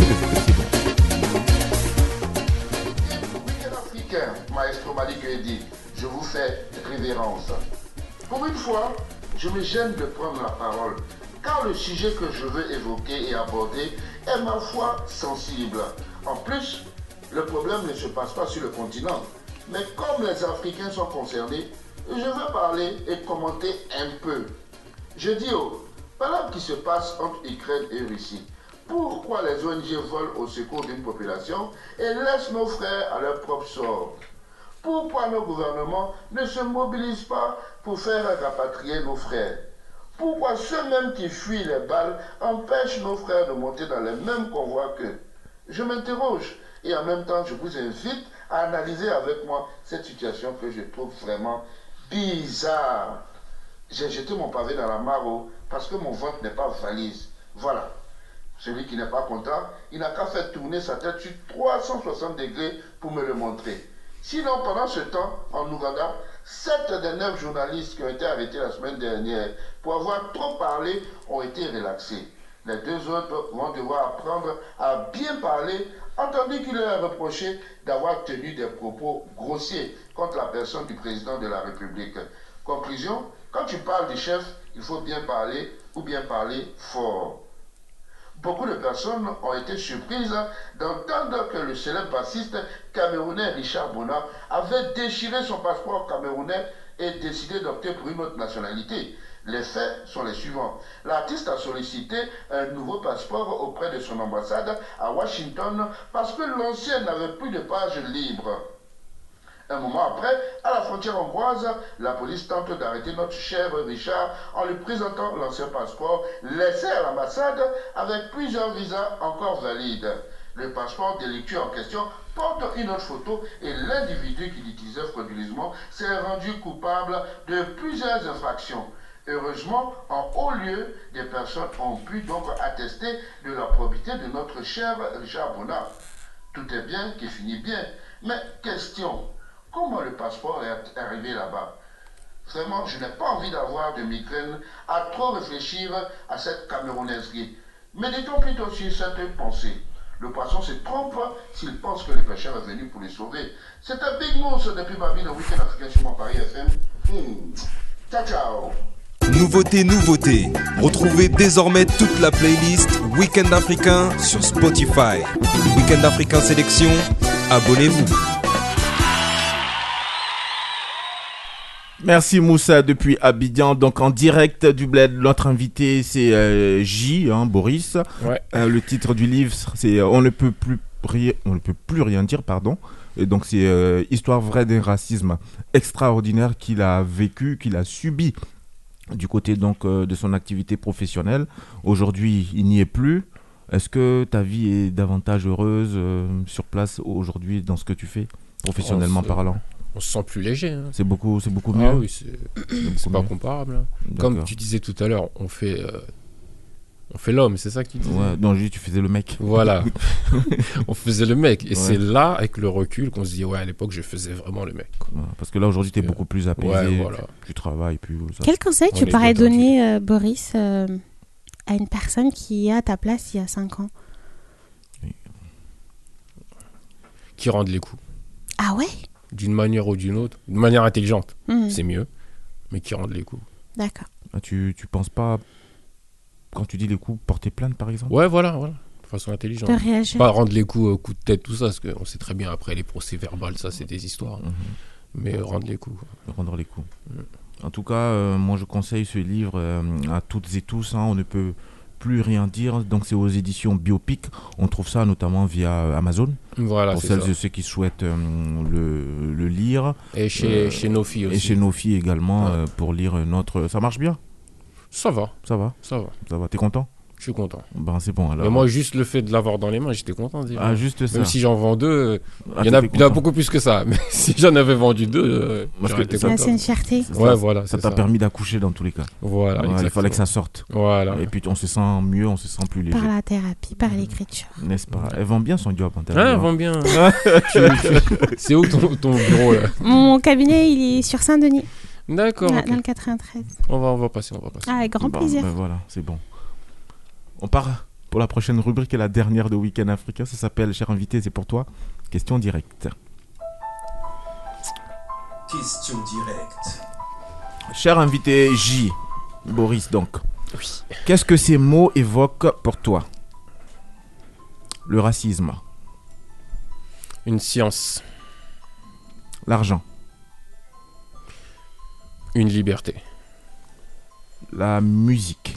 Week-end africain, Maestro Malik Edi, je vous fais révérence. Pour une fois, je me gêne de prendre la parole, car le sujet que je veux évoquer et aborder est ma foi sensible. En plus, le problème ne se passe pas sur le continent, mais comme les Africains sont concernés, je veux parler et commenter un peu. Je dis par qui se passe entre Ukraine et Russie, pourquoi les ONG volent au secours d'une population et laissent nos frères à leur propre sort? Pourquoi nos gouvernements ne se mobilisent pas pour faire rapatrier nos frères? Pourquoi ceux-mêmes qui fuient les balles empêchent nos frères de monter dans les mêmes convois qu'eux? Je m'interroge et en même temps je vous invite à analyser avec moi cette situation que je trouve vraiment bizarre. J'ai jeté mon pavé dans la mare parce que mon ventre n'est pas valise. Voilà. Celui qui n'est pas content, il n'a qu'à faire tourner sa tête sur 360 degrés pour me le montrer. Sinon, pendant ce temps, en Ouganda, 7 des 9 journalistes qui ont été arrêtés la semaine dernière pour avoir trop parlé ont été relaxés. Les 2 autres vont devoir apprendre à bien parler, entendu qu'il leur est reproché d'avoir tenu des propos grossiers contre la personne du président de la République. Conclusion, quand tu parles du chef, il faut bien parler ou bien parler fort. Beaucoup de personnes ont été surprises d'entendre que le célèbre bassiste camerounais Richard Bona avait déchiré son passeport camerounais et décidé d'opter pour une autre nationalité. Les faits sont les suivants. L'artiste a sollicité un nouveau passeport auprès de son ambassade à Washington parce que l'ancien n'avait plus de page libre. Un moment après, à la frontière hongroise, la police tente d'arrêter notre cher Richard en lui présentant l'ancien passeport laissé à l'ambassade avec plusieurs visas encore valides. Le passeport délictueux en question porte une autre photo et l'individu qui l'utilisait frauduleusement s'est rendu coupable de plusieurs infractions. Heureusement, en haut lieu, des personnes ont pu donc attester de la probité de notre cher Richard Bona. Tout est bien qui finit bien. Mais question, comment le passeport est arrivé là-bas? Vraiment, je n'ai pas envie d'avoir de migraine à trop réfléchir à cette camerounaiserie. Méditons plutôt sur cette pensée. Le poisson se trompe s'il pense que le pêcheur est venu pour le sauver. C'est un Big Mousse depuis ma vie de Week-end africain sur mon Paris FM. Ciao, ciao. Nouveauté. Retrouvez désormais toute la playlist Week-end africain sur Spotify. Week-end africain sélection, abonnez-vous. Merci Moussa depuis Abidjan, donc en direct du Bled. Notre invité c'est J, Boris. Ouais. Le titre du livre c'est On ne peut plus rien dire, pardon. Et donc c'est Histoire vraie d'un racisme extraordinaire qu'il a vécu, qu'il a subi du côté donc de son activité professionnelle. Aujourd'hui il n'y est plus. Est-ce que ta vie est davantage heureuse sur place aujourd'hui dans ce que tu fais, professionnellement parlant? On se sent plus léger. Hein. C'est beaucoup mieux. Ah oui, c'est pas comparable. Hein. Comme tu disais tout à l'heure, on fait l'homme, c'est ça que tu disais? Ouais, non, juste tu faisais le mec. Voilà. On faisait le mec. Et c'est là, avec le recul, qu'on se dit, ouais, à l'époque, je faisais vraiment le mec. Ouais, parce que là, aujourd'hui, tu es beaucoup plus apaisé. Ouais, voilà. Tu travailles plus. Ça. Quel conseil tu pourrais donner, Boris, à une personne qui est à ta place il y a 5 ans? Qui rende les coups. Ah ouais? D'une manière ou d'une autre. D'une manière intelligente, c'est mieux. Mais qui rende les coups. D'accord. Ah, tu penses pas, quand tu dis les coups, porter plainte par exemple? Ouais, voilà. De façon intelligente. De réagir. Pas rendre les coups, coups de tête, tout ça, parce qu'on sait très bien après les procès verbales, ça c'est des histoires. Mais rendre les coups. Rendre les coups. En tout cas, moi je conseille ce livre à toutes et tous. On ne peut plus rien dire. Donc c'est aux éditions Biopic. On trouve ça notamment via Amazon. Voilà, pour celles et ceux qui souhaitent le lire. Et chez Nofi aussi. Et chez Nofi également pour lire notre. Ça marche bien? Ça va. T'es content? Je suis content. Ben c'est bon alors. Mais moi, juste le fait de l'avoir dans les mains, j'étais content. Ah, juste ça. Même si j'en vends 2, il y en a beaucoup plus que ça. Mais si j'en avais vendu 2, j'aurais été content. C'est une fierté. Ouais, voilà. Ça t'a permis d'accoucher dans tous les cas. Voilà. Il fallait que ça sorte. Voilà. Et puis on se sent mieux, on se sent plus léger. Par la thérapie, par l'écriture. N'est-ce pas? Elle vend bien son job. Elle vend bien. C'est où ton bureau là? Mon cabinet, il est sur Saint-Denis. D'accord. Dans le 93. On va passer. Ah, avec grand plaisir. Ben voilà, c'est bon. On part pour la prochaine rubrique et la dernière de Week-end africain. Ça s'appelle, cher invité, c'est pour toi, question directe. Question directe. Cher invité J, Boris donc. Oui. Qu'est-ce que ces mots évoquent pour toi? Le racisme. Une science. L'argent. Une liberté. La musique.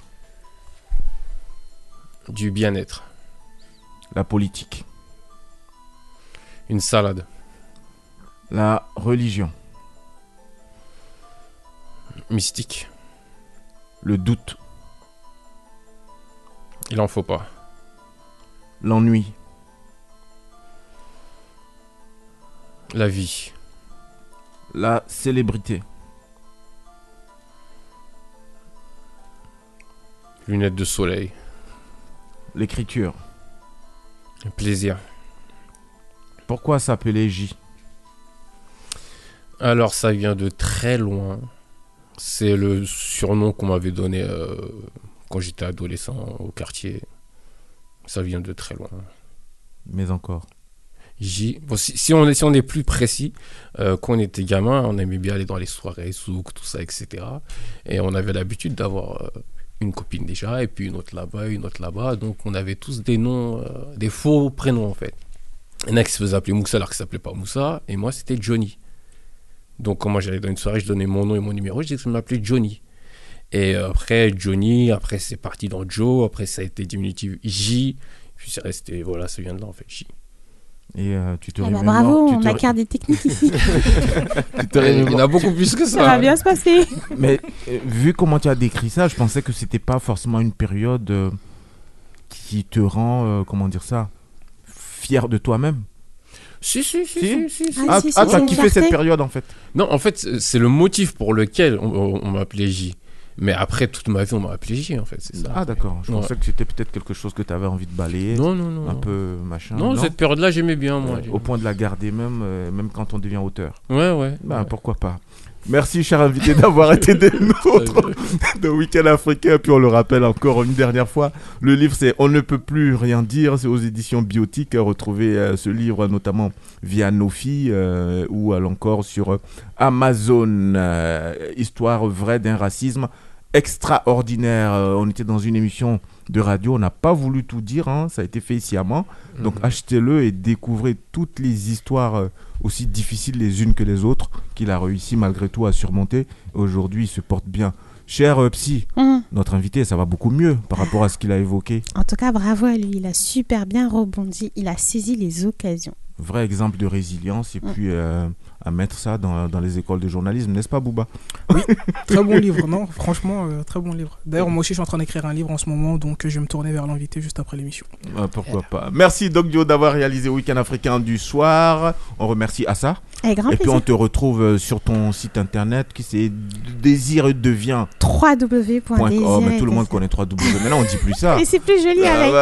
Du bien-être. La politique. Une salade. La religion. Mystique. Le doute. Il en faut pas. L'ennui. La vie. La célébrité. Lunettes de soleil. L'écriture. Le plaisir. Pourquoi s'appeler J? Alors ça vient de très loin. C'est le surnom qu'on m'avait donné quand j'étais adolescent au quartier. Ça vient de très loin. Mais encore. J. Bon, si on est plus précis, quand on était gamin, on aimait bien aller dans les soirées, souk, tout ça, etc. Et on avait l'habitude d'avoir une copine déjà, et puis une autre là-bas, une autre là-bas. Donc on avait tous des noms, des faux prénoms en fait. Il y en a qui se faisaient appeler Moussa alors qu'ils ne s'appelaient pas Moussa, et moi c'était Johnny. Donc quand moi j'allais dans une soirée, je donnais mon nom et mon numéro, je disais que je m'appelais Johnny. Et après Johnny, après c'est parti dans Joe, après ça a été diminutif J, puis c'est resté, voilà, ça vient de là en fait, J. Et tu te bah bravo, on acquiert des techniques ici. Il y en a beaucoup plus que ça. Ça va bien se passer. Mais vu comment tu as décrit ça, je pensais que c'était pas forcément une période qui te rend, comment dire ça, fier de toi-même. Si. T'as kiffé cette période en fait. Non, en fait, c'est le motif pour lequel on m'appelait J. Mais après, toute ma vie, on m'a appelé J, en fait, c'est ça. Ah, d'accord. Je pensais que c'était peut-être quelque chose que tu avais envie de balayer. Non. Un peu machin. Non, cette période-là, j'aimais bien, moi. Au point de la garder même quand on devient auteur. Ouais. Pourquoi pas. Merci, cher invité, d'avoir été des nôtres de Week-end africain. Puis on le rappelle encore une dernière fois, le livre c'est On ne peut plus rien dire, c'est aux éditions Biotique. Retrouvez ce livre notamment via Nofi ou encore sur Amazon. Histoire vraie d'un racisme extraordinaire. On était dans une émission de radio, on n'a pas voulu tout dire, hein, ça a été fait sciemment. Donc achetez-le et découvrez toutes les histoires aussi difficiles les unes que les autres qu'il a réussi malgré tout à surmonter. Aujourd'hui, il se porte bien. Cher Psy, notre invité, ça va beaucoup mieux par rapport à ce qu'il a évoqué. En tout cas, bravo à lui, il a super bien rebondi, il a saisi les occasions. Vrai exemple de résilience et puis à mettre ça dans les écoles de journalisme, n'est-ce pas Bouba? Oui, très bon livre, non? Franchement, très bon livre. D'ailleurs, moi aussi, je suis en train d'écrire un livre en ce moment, donc je vais me tourner vers l'invité juste après l'émission. Pourquoi pas. Merci Doc Dio d'avoir réalisé Week-end africain du soir. On remercie Assa. Avec grand plaisir. Puis on te retrouve sur ton site internet qui c'est Désir devient www.désir. Mais tout le monde connaît 3W. Maintenant on dit plus ça. Et c'est plus joli avec.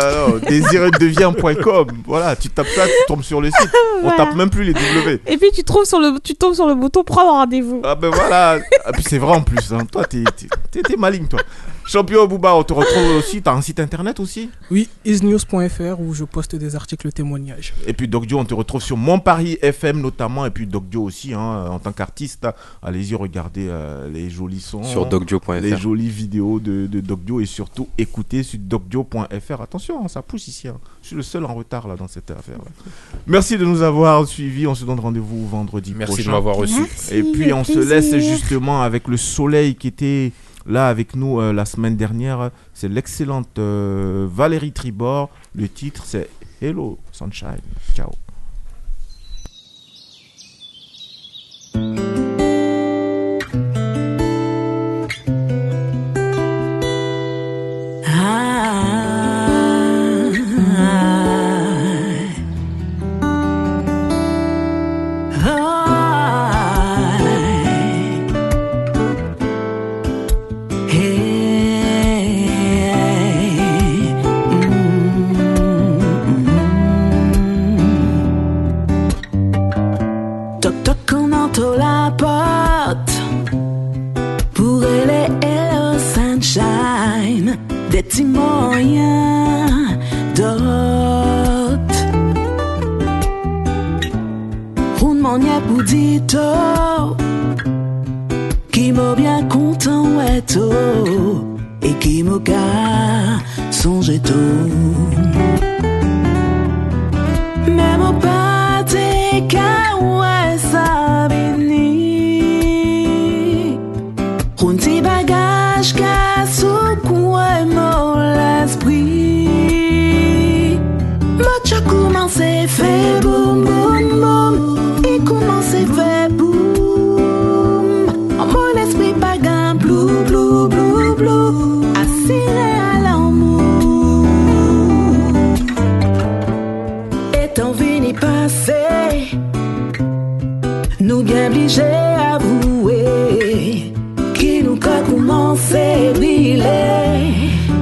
Désirdevient.com. Voilà, tu tapes ça, tu tombes sur le site. Voilà. On tape même plus les W. Et puis tu tombes sur le bouton prendre rendez-vous. Ah ben voilà. Et puis c'est vrai en plus. Hein. Toi t'es maligne toi. Champion Bouba, on te retrouve aussi. T'as un site internet aussi? Oui, isnews.fr où je poste des articles témoignages. Et puis Doc Dio, on te retrouve sur Mon Paris FM notamment. Et puis Doc Dio aussi, hein, en tant qu'artiste. Allez-y, regardez les jolis sons. Sur docdio.fr. Les jolies vidéos de Doc Dio et surtout écoutez sur docdio.fr. Attention, hein, ça pousse ici. Hein. Je suis le seul en retard là dans cette affaire. Là. Merci de nous avoir suivis. On se donne rendez-vous vendredi prochain. Merci de m'avoir reçu. Et puis on se laisse justement avec le soleil qui était là avec nous la semaine dernière. C'est l'excellente Valérie Tribord. Le titre c'est Hello Sunshine. Ciao. Des petits moyens d'autres. Roulement n'y pour dito qui m'a bien content ouais tout et qui m'a qu'à songer tout. Même au pas des cas ouais ça béni. Roun ti bagage qu'à sous J'ai commencé fait boum boum boum. Il commençait fait boum. En mon esprit pas gain blou blou blou blou. obligé à avouer qui nous a commencé à briller.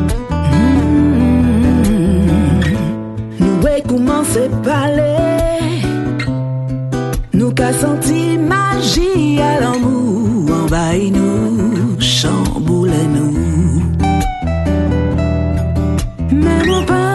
Nous avons commencé à parler, nous avons senti magie à l'amour, envahit nous, chamboulez nous. Mais mon père